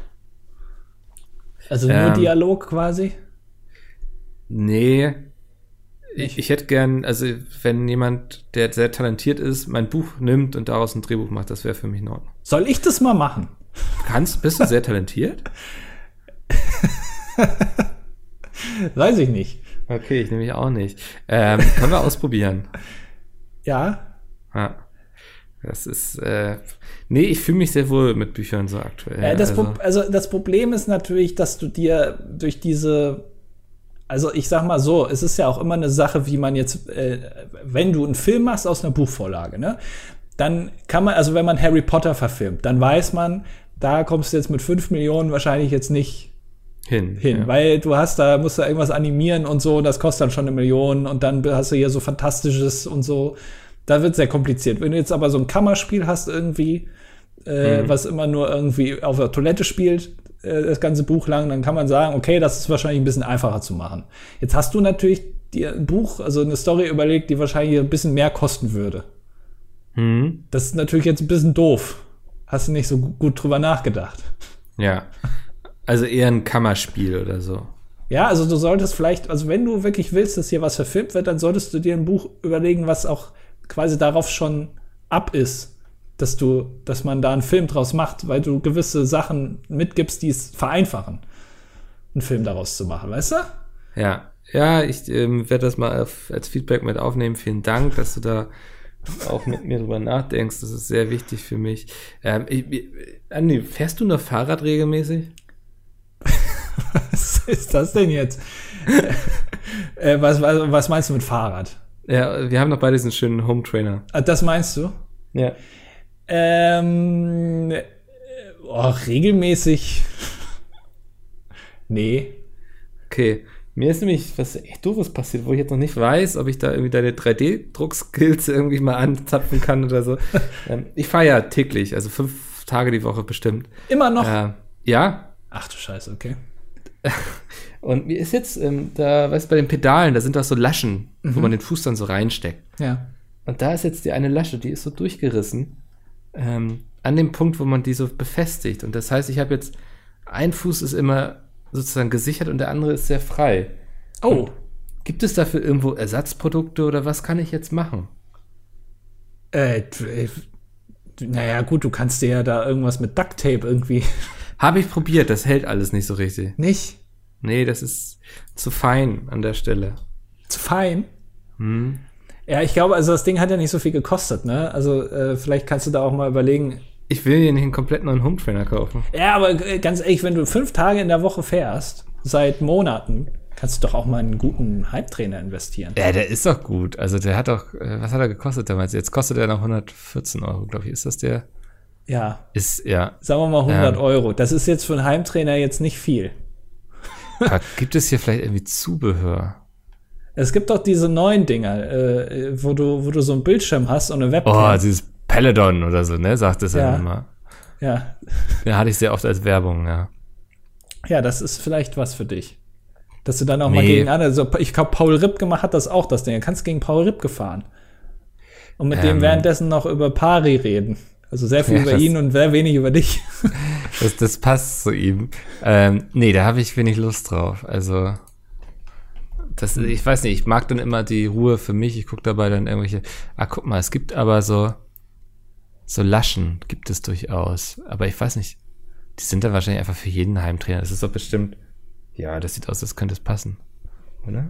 Also nur ähm, Dialog quasi? Nee. Ich, ich hätte gern, also wenn jemand, der sehr talentiert ist, mein Buch nimmt und daraus ein Drehbuch macht, das wäre für mich in Ordnung. Soll ich das mal machen? Kannst, bist du sehr talentiert? Weiß ich nicht. Okay, ich nehme mich auch nicht. Ähm, können wir ausprobieren? Ja. Ja. Das ist, äh, nee, ich fühle mich sehr wohl mit Büchern so aktuell. Ja, das also. Pro- also das Problem ist natürlich, dass du dir durch diese, also ich sag mal so, es ist ja auch immer eine Sache, wie man jetzt, äh, wenn du einen Film machst aus einer Buchvorlage, ne, dann kann man, also wenn man Harry Potter verfilmt, dann weiß man, da kommst du jetzt mit fünf Millionen wahrscheinlich jetzt nicht hin, hin, ja. Weil du hast da, musst du irgendwas animieren und so, das kostet dann schon eine Million und dann hast du hier so Fantastisches und so. Da wird es sehr kompliziert. Wenn du jetzt aber so ein Kammerspiel hast irgendwie, äh, mhm. was immer nur irgendwie auf der Toilette spielt, äh, das ganze Buch lang, dann kann man sagen, okay, das ist wahrscheinlich ein bisschen einfacher zu machen. Jetzt hast du natürlich dir ein Buch, also eine Story überlegt, die wahrscheinlich ein bisschen mehr kosten würde. Mhm. Das ist natürlich jetzt ein bisschen doof. Hast du nicht so gut drüber nachgedacht. Ja, also eher ein Kammerspiel oder so. Ja, also du solltest vielleicht, also wenn du wirklich willst, dass hier was verfilmt wird, dann solltest du dir ein Buch überlegen, was auch quasi darauf schon ab ist, dass du, dass man da einen Film draus macht, weil du gewisse Sachen mitgibst, die es vereinfachen, einen Film daraus zu machen, weißt du? Ja, ja, ich ähm, werde das mal auf, als Feedback mit aufnehmen. Vielen Dank, dass du da auch mit mir drüber nachdenkst. Das ist sehr wichtig für mich. Ähm, ich, Andi, fährst du noch Fahrrad regelmäßig? Was ist das denn jetzt? äh, was, was, was meinst du mit Fahrrad? Ja, wir haben doch beide diesen schönen Home-Trainer. Ah, das meinst du? Ja. Ähm, oh, regelmäßig. Nee. Okay. Mir ist nämlich was echt Doofes passiert, wo ich jetzt noch nicht weiß, ob ich da irgendwie deine drei D-Druckskills irgendwie mal anzapfen kann oder so. ähm, ich fahre ja täglich, also fünf Tage die Woche bestimmt. Immer noch? Äh, ja. Ach du Scheiße, okay. Und mir ist jetzt, ähm, da, weißt du, bei den Pedalen, da sind doch so Laschen, mhm. wo man den Fuß dann so reinsteckt. Ja. Und da ist jetzt die eine Lasche, die ist so durchgerissen, ähm, an dem Punkt, wo man die so befestigt. Und das heißt, ich habe jetzt, ein Fuß ist immer sozusagen gesichert und der andere ist sehr frei. Oh. Und gibt es dafür irgendwo Ersatzprodukte oder was kann ich jetzt machen? Äh, naja, gut, du kannst dir ja da irgendwas mit Ducktape irgendwie. Habe ich probiert, das hält alles nicht so richtig. Nicht? Nee, das ist zu fein an der Stelle. Zu fein? Hm. Ja, ich glaube, also das Ding hat ja nicht so viel gekostet, ne? Also äh, vielleicht kannst du da auch mal überlegen. Ich will dir nicht einen kompletten neuen Home-Trainer kaufen. Ja, aber äh, ganz ehrlich, wenn du fünf Tage in der Woche fährst, seit Monaten, kannst du doch auch mal einen guten Heimtrainer investieren. Ja, der ist doch gut. Also der hat doch, äh, was hat er gekostet damals? Jetzt kostet er noch hundertvierzehn Euro, glaube ich. Ist das der? Ja. Ist, ja. Sagen wir mal hundert ähm, Euro. Das ist jetzt für einen Heimtrainer jetzt nicht viel. Gibt es hier vielleicht irgendwie Zubehör? Es gibt doch diese neuen Dinger, äh, wo du, wo du so einen Bildschirm hast und eine Webcam. Oh, dieses Peloton oder so, ne? Sagt es ja immer. Ja. Ja, hatte ich sehr oft als Werbung, ja. Ja, das ist vielleicht was für dich. Dass du dann auch nee. mal gegen andere, also ich glaube, Paul Ripke hat das auch, das Ding. Du kannst gegen Paul Ripke fahren. Und mit ähm, dem währenddessen noch über Pari reden. Also sehr viel ja, über ihn und sehr wenig über dich. Das, das passt zu ihm. Ähm, nee, da habe ich wenig Lust drauf. Also, das, ich weiß nicht, ich mag dann immer die Ruhe für mich. Ich gucke dabei dann irgendwelche, ah, guck mal, es gibt aber so, so Laschen gibt es durchaus. Aber ich weiß nicht, die sind dann wahrscheinlich einfach für jeden Heimtrainer. Das ist doch bestimmt, ja, das sieht aus, als könnte es passen. Oder?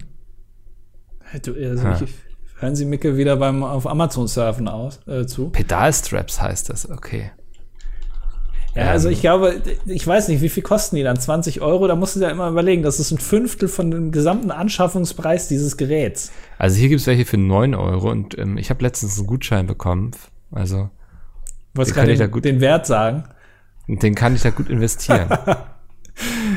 Du, also ah. ich, hören Sie Micke wieder beim auf Amazon surfen aus, äh, zu? Pedalstraps heißt das, okay. Ja, ähm. also ich glaube, ich weiß nicht, wie viel kosten die dann? zwanzig Euro? Da musst du dir ja immer überlegen, das ist ein Fünftel von dem gesamten Anschaffungspreis dieses Geräts. Also hier gibt es welche für neun Euro und ähm, ich habe letztens einen Gutschein bekommen. Also was kann ich da gut den Wert sagen? Den kann ich da gut investieren.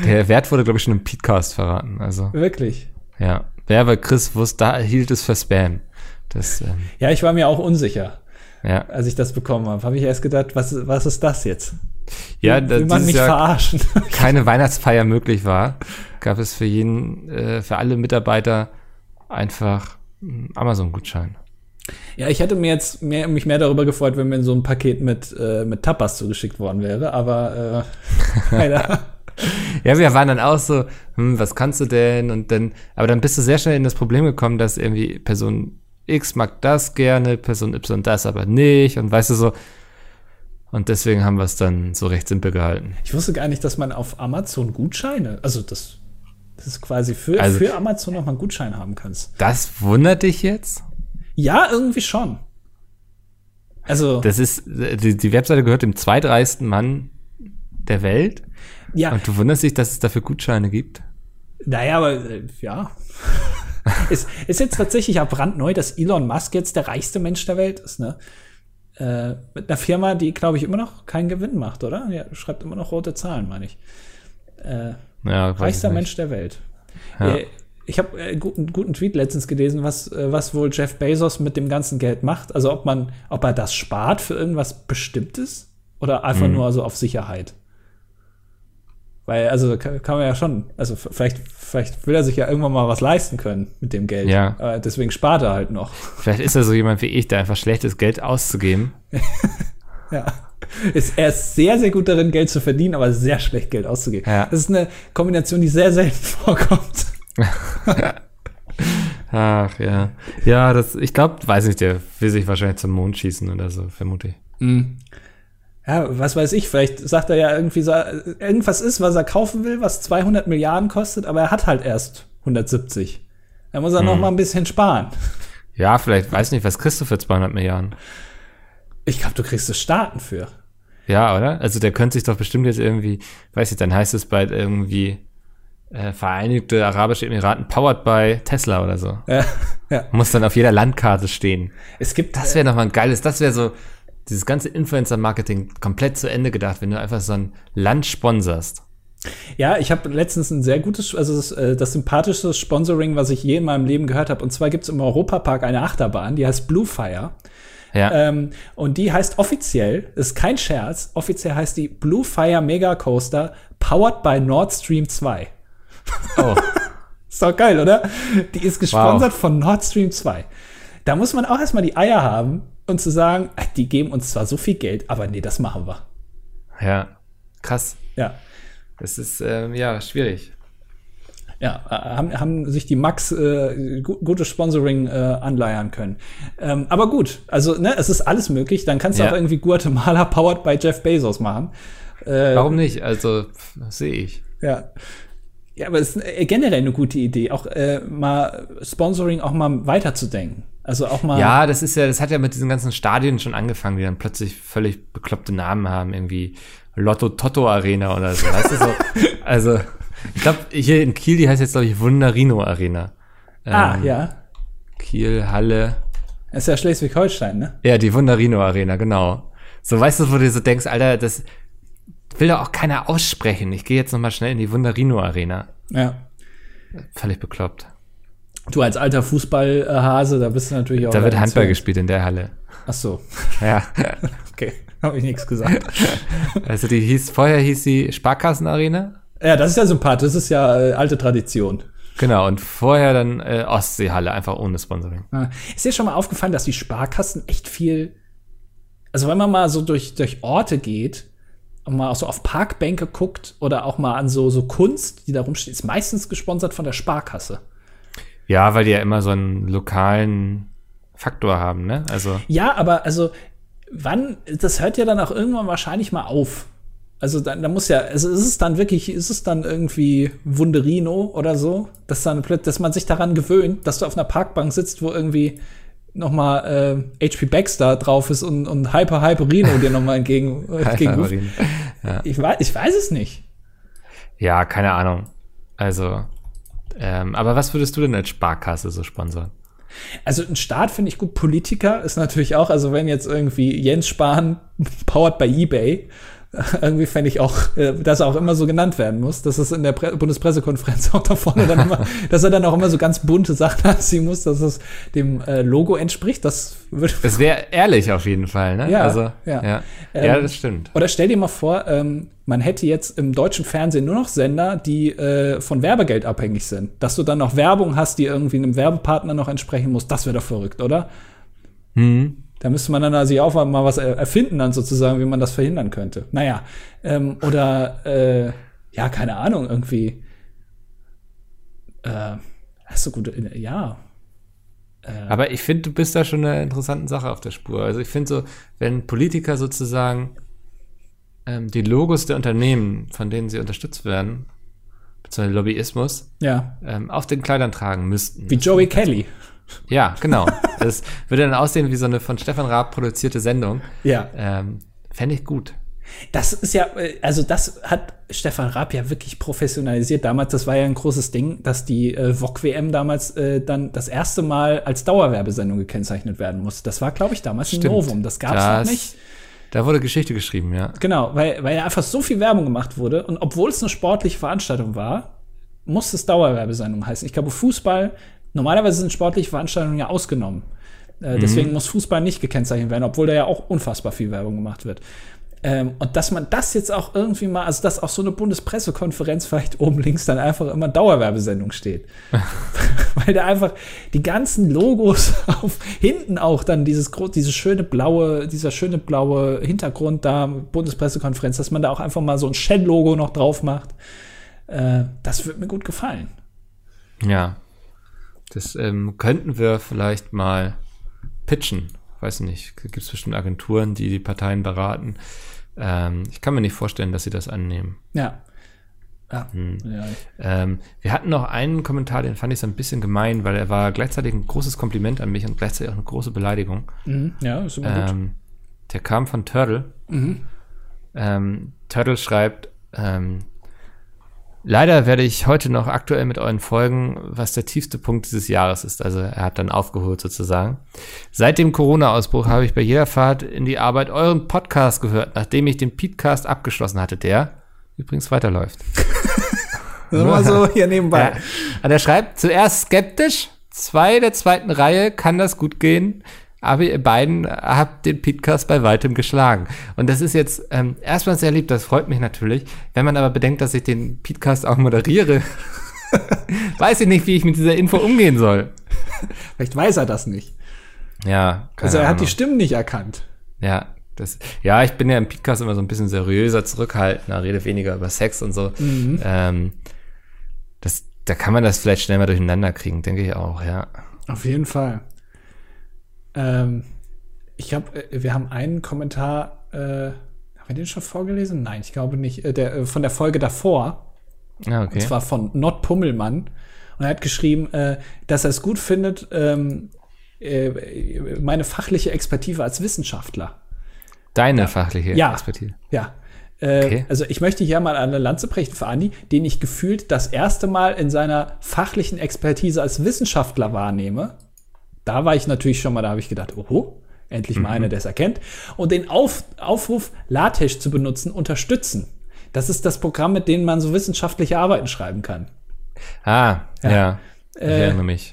Der Wert wurde, glaube ich, schon im Podcast verraten. Also. Wirklich? Ja. Wer bei Chris wusste, da hielt es für Spam. Das, ähm, ja, ich war mir auch unsicher. Ja. Als ich das bekommen habe, habe ich erst gedacht, was, was ist das jetzt? Ja, will, will man mich Jahr verarschen? Keine Weihnachtsfeier möglich war, gab es für jeden, äh, für alle Mitarbeiter einfach einen Amazon-Gutschein. Ja, ich hätte mir jetzt mehr, mich mehr darüber gefreut, wenn mir so ein Paket mit, äh, mit Tapas zugeschickt worden wäre, aber äh, leider. Ja, wir waren dann auch so, hm, was kannst du denn? Und dann, aber dann bist du sehr schnell in das Problem gekommen, dass irgendwie Person X mag das gerne, Person Y das aber nicht und weißt du so. Und deswegen haben wir es dann so recht simpel gehalten. Ich wusste gar nicht, dass man auf Amazon Gutscheine, also das, das ist quasi für, also, für Amazon noch mal einen Gutschein haben kannst. Das wundert dich jetzt? Ja, irgendwie schon. Also. Das ist, die, die Webseite gehört dem zweitreichsten Mann der Welt. Ja. Und du wunderst dich, dass es dafür Gutscheine gibt? Naja, aber, äh, ja. ist, ist jetzt tatsächlich auch brandneu, dass Elon Musk jetzt der reichste Mensch der Welt ist, ne? Äh, mit einer Firma, die, glaube ich, immer noch keinen Gewinn macht, oder? Ja, schreibt immer noch rote Zahlen, meine ich. Äh, ja, reichster Mensch der Welt. Ja. Äh, ich habe einen äh, guten, guten Tweet letztens gelesen, was, äh, was wohl Jeff Bezos mit dem ganzen Geld macht. Also ob man, ob er das spart für irgendwas Bestimmtes oder einfach mhm. nur so auf Sicherheit. Weil, also kann, kann man ja schon, also vielleicht, vielleicht will er sich ja irgendwann mal was leisten können mit dem Geld. Ja. Aber deswegen spart er halt noch. Vielleicht ist er so jemand wie ich, der einfach schlechtes Geld auszugeben. Ja. Ist, er ist sehr, sehr gut darin, Geld zu verdienen, aber sehr schlecht Geld auszugeben. Ja. Das ist eine Kombination, die sehr selten vorkommt. Ach, ja. Ja, das, ich glaube, weiß nicht, der will sich wahrscheinlich zum Mond schießen oder so, vermute ich. Mhm. Ja, was weiß ich, vielleicht sagt er ja irgendwie so, irgendwas ist, was er kaufen will, was zweihundert Milliarden kostet, aber er hat halt erst hundertsiebzig. Da muss er hm. noch mal ein bisschen sparen. Ja, vielleicht, weiß nicht, was kriegst du für zweihundert Milliarden? Ich glaube, du kriegst es Staaten für. Ja, oder? Also der könnte sich doch bestimmt jetzt irgendwie, weiß ich, dann heißt es bald irgendwie äh, Vereinigte Arabische Emiraten powered by Tesla oder so. Ja, ja. Muss dann auf jeder Landkarte stehen. Es gibt, das wäre noch mal ein geiles, das wäre so dieses ganze Influencer-Marketing komplett zu Ende gedacht, wenn du einfach so ein Land sponserst. Ja, ich habe letztens ein sehr gutes, also das, äh, das sympathischste Sponsoring, was ich je in meinem Leben gehört habe. Und zwar gibt's im Europapark eine Achterbahn, die heißt Bluefire. Ja. Ähm, und die heißt offiziell, ist kein Scherz, offiziell heißt die Bluefire Mega Coaster powered by Nord Stream zwei. Oh. Ist doch geil, oder? Die ist gesponsert wow. von Nord Stream zwei. Da muss man auch erstmal die Eier haben, und zu sagen, die geben uns zwar so viel Geld, aber nee, das machen wir. Ja, krass. Ja. Das ist, ähm, ja, schwierig. Ja, äh, haben, haben sich die Max äh, gu- gutes Sponsoring äh, anleiern können. Ähm, aber gut, also, ne, es ist alles möglich. Dann kannst du ja. auch irgendwie Guatemala powered by Jeff Bezos machen. Äh, Warum nicht? Also, sehe ich. Ja. Ja, aber es ist generell eine gute Idee, auch äh, mal Sponsoring auch mal weiterzudenken. Also auch mal. Ja, das ist ja, das hat ja mit diesen ganzen Stadien schon angefangen, die dann plötzlich völlig bekloppte Namen haben, irgendwie Lotto Totto Arena oder so, weißt du so? Also, ich glaube, hier in Kiel, die heißt jetzt, glaube ich, Wunderino Arena. Ah, ähm, ja. Kiel, Halle. Das ist ja Schleswig-Holstein, ne? Ja, die Wunderino Arena, genau. So, weißt du, wo du so denkst, Alter, das will doch auch keiner aussprechen. Ich gehe jetzt noch mal schnell in die Wunderino Arena. Ja. Völlig bekloppt. Du als alter Fußballhase, da bist du natürlich auch. Da wird Handball gespielt in der Halle. Ach so. Ja. Okay, habe ich nichts gesagt. Also die hieß, vorher hieß sie Sparkassenarena. Ja, das ist ja sympathisch. Das ist ja äh, alte Tradition. Genau, und vorher dann äh, Ostseehalle, einfach ohne Sponsoring. Ja. Ist dir schon mal aufgefallen, dass die Sparkassen echt viel, also wenn man mal so durch, durch Orte geht und mal auch so auf Parkbänke guckt oder auch mal an so, so Kunst, die da rumsteht, ist meistens gesponsert von der Sparkasse. Ja, weil die ja immer so einen lokalen Faktor haben, ne? Also ja, aber also wann, das hört ja dann auch irgendwann wahrscheinlich mal auf. Also da, da muss ja, also ist es dann wirklich, ist es dann irgendwie Wunderino oder so, dass dann plötzlich, dass man sich daran gewöhnt, dass du auf einer Parkbank sitzt, wo irgendwie noch mal äh, H P Baxter drauf ist und, und Hyper Hyperino dir noch mal entgegen, entgegenruft. Ja. Ich weiß, ich weiß es nicht. Ja, keine Ahnung. Also Ähm, aber was würdest du denn als Sparkasse so sponsern? Also ein Staat finde ich gut. Politiker ist natürlich auch, also wenn jetzt irgendwie Jens Spahn powered by eBay Irgendwie fände ich auch, dass er auch immer so genannt werden muss, dass es in der Pre- Bundespressekonferenz auch da vorne dann immer, dass er dann auch immer so ganz bunte Sachen anziehen muss, dass es dem äh, Logo entspricht. Das würde. Das wäre ehrlich auf jeden Fall, ne? Ja, also, ja. Ja. Ähm, ja, das stimmt. Oder stell dir mal vor, ähm, man hätte jetzt im deutschen Fernsehen nur noch Sender, die äh, von Werbegeld abhängig sind. Dass du dann noch Werbung hast, die irgendwie einem Werbepartner noch entsprechen muss. Das wäre doch verrückt, oder? Mhm. Da müsste man dann also sich auch mal was erfinden, dann sozusagen, wie man das verhindern könnte. Naja, ähm, oder, äh, ja, keine Ahnung, irgendwie, äh, hast du gut, ja. Äh, Aber ich finde, du bist da schon eine interessante Sache auf der Spur. Also ich finde so, wenn Politiker sozusagen ähm, die Logos der Unternehmen, von denen sie unterstützt werden, beziehungsweise Lobbyismus, ja. ähm, auf den Kleidern tragen müssten. Wie Joey Kelly. Ja, genau. Das würde dann aussehen wie so eine von Stefan Raab produzierte Sendung. Ja. Ähm, Fände ich gut. Das ist ja, also das hat Stefan Raab ja wirklich professionalisiert damals. Das war ja ein großes Ding, dass die äh, V O G-W M damals äh, dann das erste Mal als Dauerwerbesendung gekennzeichnet werden musste. Das war, glaube ich, damals ein Stimmt. Novum. Das gab es noch nicht. Da wurde Geschichte geschrieben, ja. Genau, weil, weil ja einfach so viel Werbung gemacht wurde. Und obwohl es eine sportliche Veranstaltung war, musste es Dauerwerbesendung heißen. Ich glaube, Fußball, normalerweise sind sportliche Veranstaltungen ja ausgenommen. Äh, deswegen mhm. muss Fußball nicht gekennzeichnet werden, obwohl da ja auch unfassbar viel Werbung gemacht wird. Ähm, und dass man das jetzt auch irgendwie mal, also dass auch so eine Bundespressekonferenz vielleicht oben links dann einfach immer Dauerwerbesendung steht. Weil da einfach die ganzen Logos auf hinten auch dann dieses diese schöne blaue, dieser schöne blaue Hintergrund da, Bundespressekonferenz, dass man da auch einfach mal so ein Shell-Logo noch drauf macht. Äh, das wird mir gut gefallen. Ja. Das ähm, könnten wir vielleicht mal pitchen. Weiß nicht, gibt es bestimmt Agenturen, die die Parteien beraten. Ähm, ich kann mir nicht vorstellen, dass sie das annehmen. Ja. Ja. Hm. ja. Ähm, wir hatten noch einen Kommentar, den fand ich so ein bisschen gemein, weil er war gleichzeitig ein großes Kompliment an mich und gleichzeitig auch eine große Beleidigung. Mhm. Ja, ist immer ähm, gut. Der kam von Turtle. Mhm. Ähm, Turtle schreibt, ähm, leider werde ich heute noch aktuell mit euren Folgen, was der tiefste Punkt dieses Jahres ist. Also er hat dann aufgeholt sozusagen. Seit dem Corona-Ausbruch habe ich bei jeder Fahrt in die Arbeit euren Podcast gehört, nachdem ich den Petecast abgeschlossen hatte, der übrigens weiterläuft. Nur mal so hier nebenbei. Ja. Und er schreibt, zuerst skeptisch, zwei der zweiten Reihe kann das gut gehen, aber ihr beiden habt den Petecast bei weitem geschlagen. Und das ist jetzt ähm, erstmal sehr lieb, das freut mich natürlich. Wenn man aber bedenkt, dass ich den Petecast auch moderiere, weiß ich nicht, wie ich mit dieser Info umgehen soll. Vielleicht weiß er das nicht. Ja, keine Also er hat Ahnung. die Stimmen nicht erkannt. Ja, das, ja, ich bin ja im Petecast immer so ein bisschen seriöser, zurückhaltender, rede weniger über Sex und so. Mhm. Ähm, das, da kann man das vielleicht schnell mal durcheinander kriegen, denke ich auch, ja. Auf jeden Fall. Ähm, ich glaube, wir haben einen Kommentar, äh, haben wir den schon vorgelesen? Nein, ich glaube nicht. Äh, der, äh, von der Folge davor. Ah, okay. Und zwar von Not Pummelmann. Und er hat geschrieben, äh, dass er es gut findet, ähm, äh, meine fachliche Expertise als Wissenschaftler. Deine ja. fachliche ja. Expertise. Ja. Äh, okay. Also ich möchte hier mal eine Lanze brechen für Andi, den ich gefühlt das erste Mal in seiner fachlichen Expertise als Wissenschaftler wahrnehme. Da war ich natürlich schon mal, da habe ich gedacht, oho, endlich mal mhm. einer, der es erkennt. Und den Auf, Aufruf, LaTeX zu benutzen, unterstützen. Das ist das Programm, mit dem man so wissenschaftliche Arbeiten schreiben kann. Ah, ja, ja. Ich äh, erinnere mich.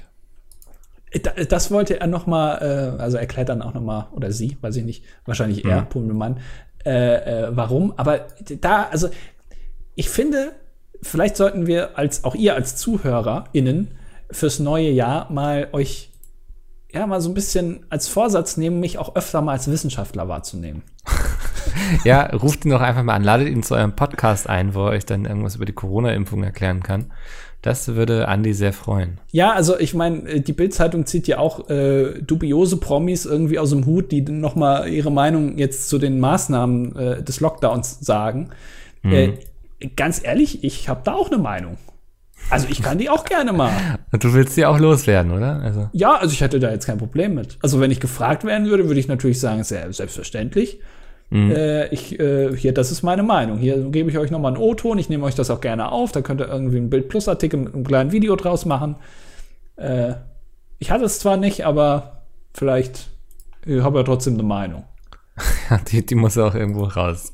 Das wollte er noch mal, äh, also erklärt dann auch noch mal, oder sie, weiß ich nicht, wahrscheinlich er, mhm. Pummelmann, äh, äh, warum. Aber da, also ich finde, vielleicht sollten wir, als auch ihr als ZuhörerInnen, fürs neue Jahr mal euch ja, mal so ein bisschen als Vorsatz nehmen, mich auch öfter mal als Wissenschaftler wahrzunehmen. Ja, ruft ihn doch einfach mal an, ladet ihn zu eurem Podcast ein, wo er euch dann irgendwas über die Corona-Impfung erklären kann. Das würde Andi sehr freuen. Ja, also ich meine, die Bild-Zeitung zieht ja auch äh, dubiose Promis irgendwie aus dem Hut, die noch mal ihre Meinung jetzt zu den Maßnahmen äh, des Lockdowns sagen. Mhm. Äh, ganz ehrlich, ich habe da auch eine Meinung. Also ich kann die auch gerne mal. Und du willst die auch loswerden, oder? Also. Ja, also ich hätte da jetzt kein Problem mit. Also wenn ich gefragt werden würde, würde ich natürlich sagen, sehr selbstverständlich. Mhm. Äh, ich, äh, hier, das ist meine Meinung. Hier gebe ich euch nochmal einen O-Ton. Ich nehme euch das auch gerne auf. Da könnt ihr irgendwie einen Bild-Plus-Artikel mit einem kleinen Video draus machen. Äh, ich hatte es zwar nicht, aber vielleicht habe ich ja trotzdem eine Meinung. Ja, die, die muss auch irgendwo raus.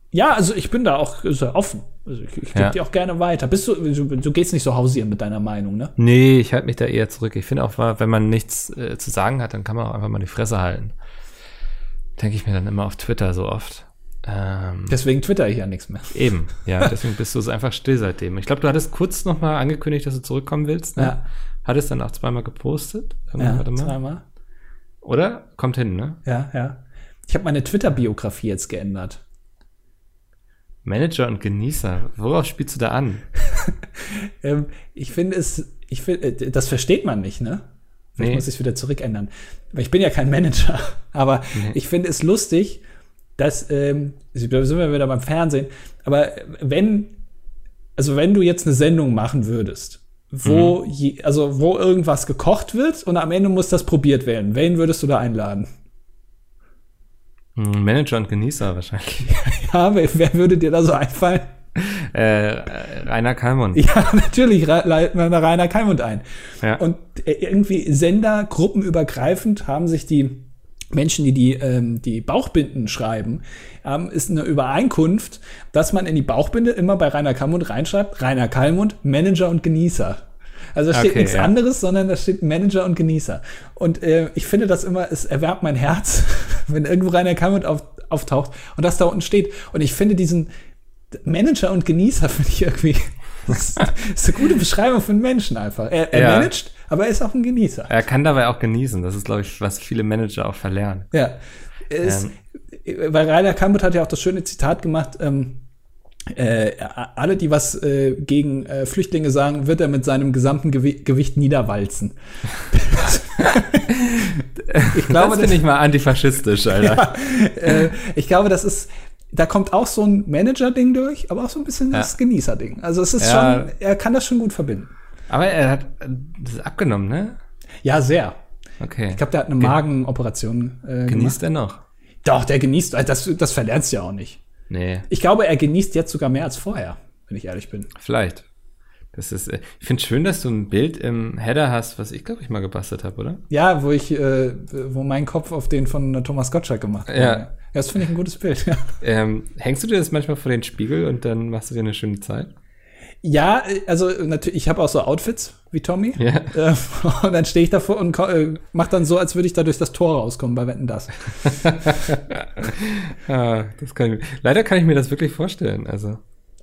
Ja, also ich bin da auch sehr offen. Also ich ich gebe Ja. die auch gerne weiter. Bist du, du, du gehst nicht so hausieren mit deiner Meinung, ne? Nee, ich halte mich da eher zurück. Ich finde auch, wenn man nichts äh, zu sagen hat, dann kann man auch einfach mal die Fresse halten. Denke ich mir dann immer auf Twitter so oft. Ähm, Deswegen twitter ich ja nichts mehr. eben, ja, deswegen bist du so einfach still seitdem. Ich glaube, du hattest kurz noch mal angekündigt, dass du zurückkommen willst, ne? Ja. Hattest dann auch zweimal gepostet. Ähm, Ja, warte mal. zweimal. Oder? Kommt hin, ne? Ja, ja. Ich habe meine Twitter-Biografie jetzt geändert. Manager und Genießer. Worauf spielst du da an? ähm, ich finde es, ich finde, das versteht man nicht, ne? Vielleicht Nee. muss ich es wieder zurückändern. Weil ich bin ja kein Manager. Aber Nee. ich finde es lustig, dass, ähm, da sind wir wieder beim Fernsehen, aber wenn, also wenn du jetzt eine Sendung machen würdest, wo, Mhm. je, also wo irgendwas gekocht wird und am Ende muss das probiert werden, wen würdest du da einladen? Hm, Manager und Genießer wahrscheinlich. Ja, wer, wer würde dir da so einfallen? äh, Rainer Kallmund. Ja, natürlich leitet man Rainer Kallmund ein. Ja. Und äh, irgendwie Sender, gruppenübergreifend haben sich die Menschen, die die, ähm, die Bauchbinden schreiben, ähm, ist eine Übereinkunft, dass man in die Bauchbinde immer bei Rainer Kallmund reinschreibt, Rainer Kallmund, Manager und Genießer. Also da steht Okay, nichts ja. anderes, sondern da steht Manager und Genießer. Und äh, ich finde das immer, es erwärmt mein Herz, wenn irgendwo Rainer Kallmund auf, auftaucht und das da unten steht. Und ich finde diesen Manager und Genießer, finde ich irgendwie, das ist, das ist eine gute Beschreibung für einen Menschen einfach. Er, er Ja. managt, aber er ist auch ein Genießer. Er kann dabei auch genießen. Das ist, glaube ich, was viele Manager auch verlernen. Ja. Es, Weil Rainer Kallmund hat ja auch das schöne Zitat gemacht, ähm, äh, alle, die was äh, gegen äh, Flüchtlinge sagen, wird er mit seinem gesamten Gewi- Gewicht niederwalzen. ich glaube, das finde ich mal antifaschistisch, Alter. ja, äh, ich glaube, das ist, da kommt auch so ein Manager-Ding durch, aber auch so ein bisschen Ja. das Genießer-Ding. Also es ist Ja. schon, er kann das schon gut verbinden. Aber er hat das ist abgenommen, ne? Ja, sehr. Okay. Ich glaube, der hat eine Ge- Magenoperation äh, Genießt gemacht. er noch? Doch, der genießt, das, das verlernst du ja auch nicht. Nee, Ich glaube, er genießt jetzt sogar mehr als vorher, wenn ich ehrlich bin. vielleicht. Das ist, äh, ich finde schön, dass du ein Bild im Header hast, was ich, glaube ich, mal gebastelt habe, oder? Ja, wo ich, äh, wo mein Kopf auf den von Thomas Gottschalk gemacht wurde. Ja. Ja, das finde ich ein gutes Bild. Ja, Ähm, hängst du dir das manchmal vor den Spiegel und dann machst du dir eine schöne Zeit? ja also natürlich, ich habe auch so Outfits wie Tommy. Ja. Äh, und dann stehe ich davor und ko- äh, mach dann so, als würde ich da durch das Tor rauskommen bei Wetten, das. Ah, das kann ich, leider kann ich mir das wirklich vorstellen. Also,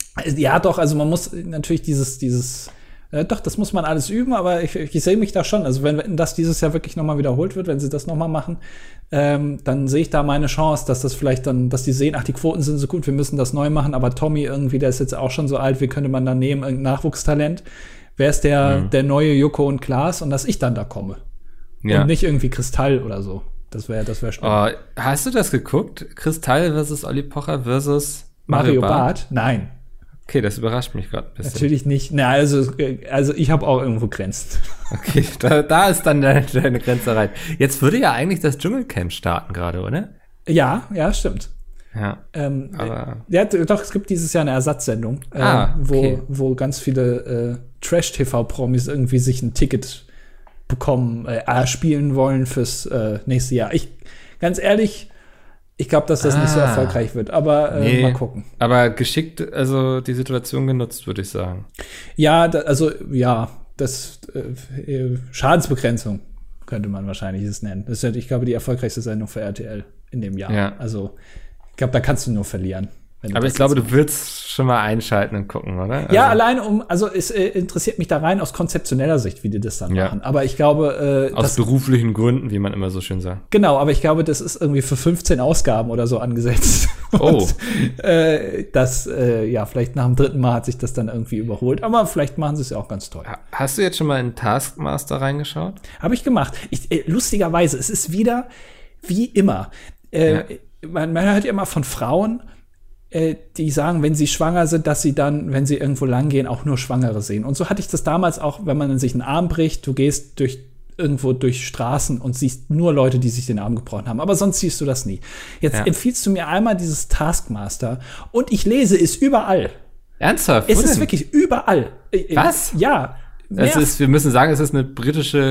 Ja, doch, also man muss natürlich dieses, dieses, äh, doch, das muss man alles üben, aber ich, ich sehe mich da schon. Also wenn, wenn das dieses Jahr wirklich nochmal wiederholt wird, wenn sie das nochmal machen, ähm, dann sehe ich da meine Chance, dass das vielleicht dann, dass die sehen, ach, die Quoten sind so gut, wir müssen das neu machen, aber Tommy irgendwie, der ist jetzt auch schon so alt, wie könnte man da nehmen, irgendein Nachwuchstalent? Wer ist der, Mhm. der neue Joko und Klaas und dass ich dann da komme? ja. Und nicht irgendwie Kristall oder so. Das wäre, das wäre schlimm. Oh, hast du das geguckt? Kristall versus Olli Pocher versus Mario Barth? Nein. Okay, das überrascht mich gerade ein bisschen. Natürlich nicht. Na, also, also ich habe auch irgendwo Grenzen. Okay, da, da ist dann deine, deine Grenze rein. Jetzt würde ja eigentlich das Dschungelcamp starten gerade, oder? Ja, ja, stimmt. Ja. Ähm, Aber- ja, doch, es gibt dieses Jahr eine Ersatzsendung, äh, Ah, okay. wo, wo ganz viele äh, Trash-T V-Promis irgendwie sich ein Ticket bekommen, äh, spielen wollen fürs äh, nächste Jahr. Ich, ganz ehrlich, ich glaube, dass das nicht so Ah. erfolgreich wird, aber äh, Nee, mal gucken. Aber geschickt, also die Situation genutzt, würde ich sagen. Ja, da, also ja, das äh, äh, Schadensbegrenzung könnte man wahrscheinlich es nennen. Das ist ja, ich glaube, die erfolgreichste Sendung für R T L in dem Jahr. Ja. Also ich glaube, da kannst du nur verlieren. wenn du Aber das ich glaube, jetzt du willst schon mal einschalten und gucken, oder? Also, Ja, allein um, also es äh, interessiert mich da rein aus konzeptioneller Sicht, wie die das dann Ja. machen. Aber ich glaube, äh, aus das, beruflichen Gründen, wie man immer so schön sagt. genau, aber ich glaube, das ist irgendwie für fünfzehn Ausgaben oder so angesetzt. Oh. Und, äh, das, äh, ja, vielleicht nach dem dritten Mal hat sich das dann irgendwie überholt. Aber vielleicht machen sie es ja auch ganz toll. Ha- Hast du jetzt schon mal in Taskmaster reingeschaut? Habe ich gemacht. Ich, äh, lustigerweise, es ist wieder wie immer. Äh, Ja. man, man hört ja immer von Frauen, äh, die sagen, wenn sie schwanger sind, dass sie dann, wenn sie irgendwo lang gehen, auch nur Schwangere sehen. Und so hatte ich das damals auch, wenn man sich einen Arm bricht, du gehst durch irgendwo durch Straßen und siehst nur Leute, die sich den Arm gebrochen haben. Aber sonst siehst du das nie. Jetzt Ja. empfiehlst du mir einmal dieses Taskmaster und ich lese es überall. Ernsthaft? Es Wo ist denn? wirklich überall. Äh, Was? Ja. Es Mehr- ist, wir müssen sagen, es ist eine britische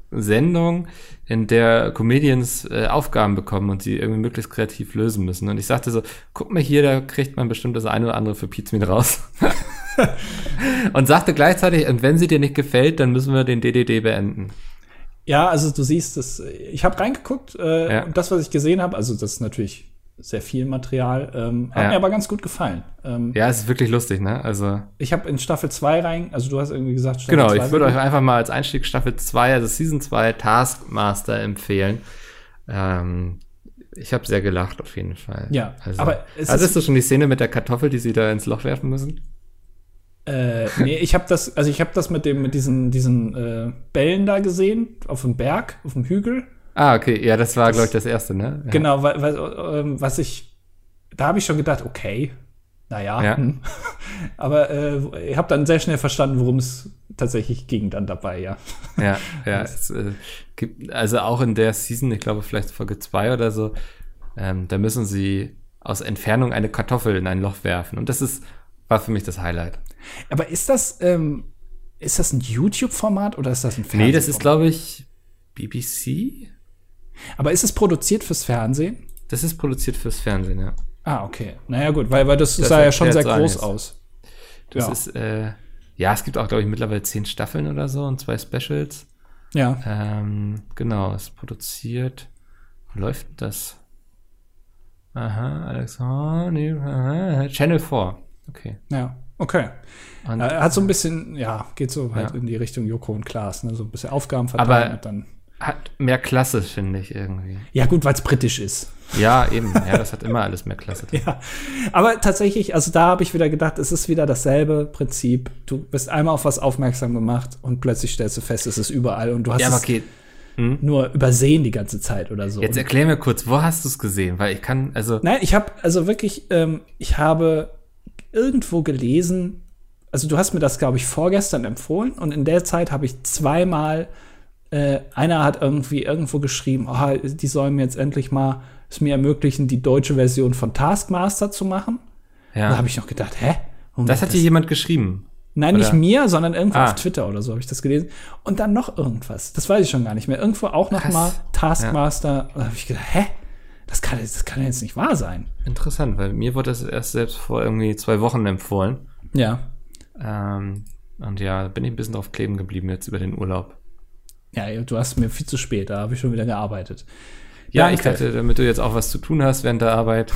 Sendung, in der Comedians äh, Aufgaben bekommen und sie irgendwie möglichst kreativ lösen müssen. Und ich sagte so, guck mal hier, da kriegt man bestimmt das eine oder andere für Pizmeet raus. Und sagte gleichzeitig, und wenn sie dir nicht gefällt, dann müssen wir den D D D beenden. Ja, also du siehst, das, ich habe reingeguckt äh, ja. und das, was ich gesehen habe, also das ist natürlich sehr viel Material, ähm, hat ja. mir aber ganz gut gefallen. Ähm, ja, es ist wirklich lustig, ne? Also ich habe in Staffel zwei rein, also du hast irgendwie gesagt, Staffel genau, zwei. Genau, ich würde euch einfach mal als Einstieg Staffel zwei, also Season zwei Taskmaster empfehlen. Ähm, ich habe sehr gelacht auf jeden Fall. Ja, also, aber es hattest ist, du schon die Szene mit der Kartoffel, die sie da ins Loch werfen müssen? Äh, nee, ich habe das, also ich habe das mit dem, mit diesen, diesen äh, Bällen da gesehen, auf dem Berg, auf dem Hügel. Ah, okay, ja, das war, glaube ich, das erste, ne? Ja. Genau, weil, weil ähm, was ich, da habe ich schon gedacht, okay, naja, ja. hm. aber äh, ich habe dann sehr schnell verstanden, worum es tatsächlich ging dann dabei, ja. Ja, ja, es äh, gibt, also auch in der Season, ich glaube vielleicht Folge zwei oder so, ähm, da müssen sie aus Entfernung eine Kartoffel in ein Loch werfen und das ist, war für mich das Highlight. Aber ist das, ähm, ist das ein YouTube-Format oder ist das ein Fernsehformat? Nee, das ist, glaube ich, B B C. Aber ist es produziert fürs Fernsehen? Das ist produziert fürs Fernsehen, ja. Ah, okay. Naja, gut, weil, weil das, das sah ja schon sehr groß jetzt. aus. Das ja. ist, äh, ja, es gibt auch, glaube ich, mittlerweile zehn Staffeln oder so und zwei Specials. Ja. Ähm, genau, es ist produziert. Wo läuft das? Aha, Alex, oh, nee, aha, Channel vier. Okay. Ja, okay. Und, er hat so ein bisschen, ja, geht so halt ja. in die Richtung Joko und Klaas, ne? So ein bisschen Aufgaben verteilen und dann. Hat mehr Klasse, finde ich, irgendwie. Ja, gut, weil es britisch ist. Ja, eben. Ja, das hat immer alles mehr Klasse. Ja, aber tatsächlich, also da habe ich wieder gedacht, es ist wieder dasselbe Prinzip. Du bist einmal auf was aufmerksam gemacht und plötzlich stellst du fest, es ist überall und du hast ja, aber es okay. hm? nur übersehen die ganze Zeit oder so. Jetzt erklär mir kurz, wo hast du es gesehen? Weil ich kann, also Nein, ich habe, also wirklich, ähm, ich habe irgendwo gelesen, also du hast mir das, glaube ich, vorgestern empfohlen und in der Zeit habe ich zweimal Äh, einer hat irgendwie irgendwo geschrieben, oh, die sollen mir jetzt endlich mal es mir ermöglichen, die deutsche Version von Taskmaster zu machen. Ja. Da habe ich noch gedacht, hä? Warum das hat dir jemand geschrieben? Nein, oder? Nicht mir, sondern irgendwo ah. auf Twitter oder so habe ich das gelesen. Und dann noch irgendwas. Das weiß ich schon gar nicht mehr. Irgendwo auch noch Krass. mal Taskmaster. Ja. Da habe ich gedacht, hä? Das kann, das kann jetzt nicht wahr sein. Interessant, weil mir wurde das erst selbst vor irgendwie zwei Wochen empfohlen. Ja. Ähm, und ja, bin ich ein bisschen drauf kleben geblieben jetzt über den Urlaub. Ja, du hast mir viel zu spät, da habe ich schon wieder gearbeitet. Ja, Danke. ich dachte, damit du jetzt auch was zu tun hast während der Arbeit.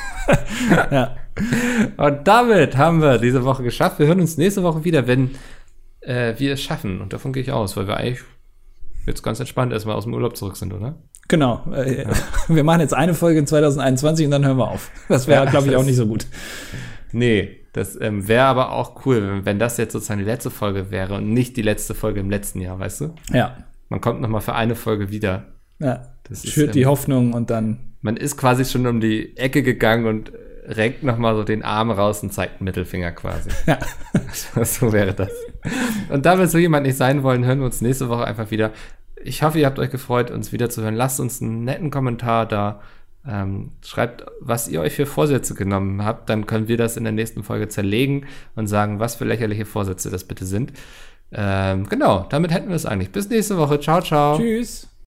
Ja. Und damit haben wir diese Woche geschafft. Wir hören uns nächste Woche wieder, wenn äh, wir es schaffen. Und davon gehe ich aus, weil wir eigentlich jetzt ganz entspannt erstmal aus dem Urlaub zurück sind, oder? Genau. Äh, ja. Wir machen jetzt eine Folge in zwanzig einundzwanzig und dann hören wir auf. Das wäre, ja, glaube ich, auch nicht so gut. Nee, das ähm, wäre aber auch cool, wenn, wenn das jetzt sozusagen die letzte Folge wäre und nicht die letzte Folge im letzten Jahr, weißt du? Ja. Man kommt noch mal für eine Folge wieder. Ja, das schürt ist, die ähm, Hoffnung und dann man ist quasi schon um die Ecke gegangen und renkt noch mal so den Arm raus und zeigt einen Mittelfinger quasi. Ja. So wäre das. Und da wir so jemand nicht sein wollen, hören wir uns nächste Woche einfach wieder. Ich hoffe, ihr habt euch gefreut, uns wieder zu hören. Lasst uns einen netten Kommentar da. Ähm, schreibt, was ihr euch für Vorsätze genommen habt, dann können wir das in der nächsten Folge zerlegen und sagen, was für lächerliche Vorsätze das bitte sind. Ähm, genau, damit hätten wir es eigentlich. Bis nächste Woche. Ciao, ciao. Tschüss.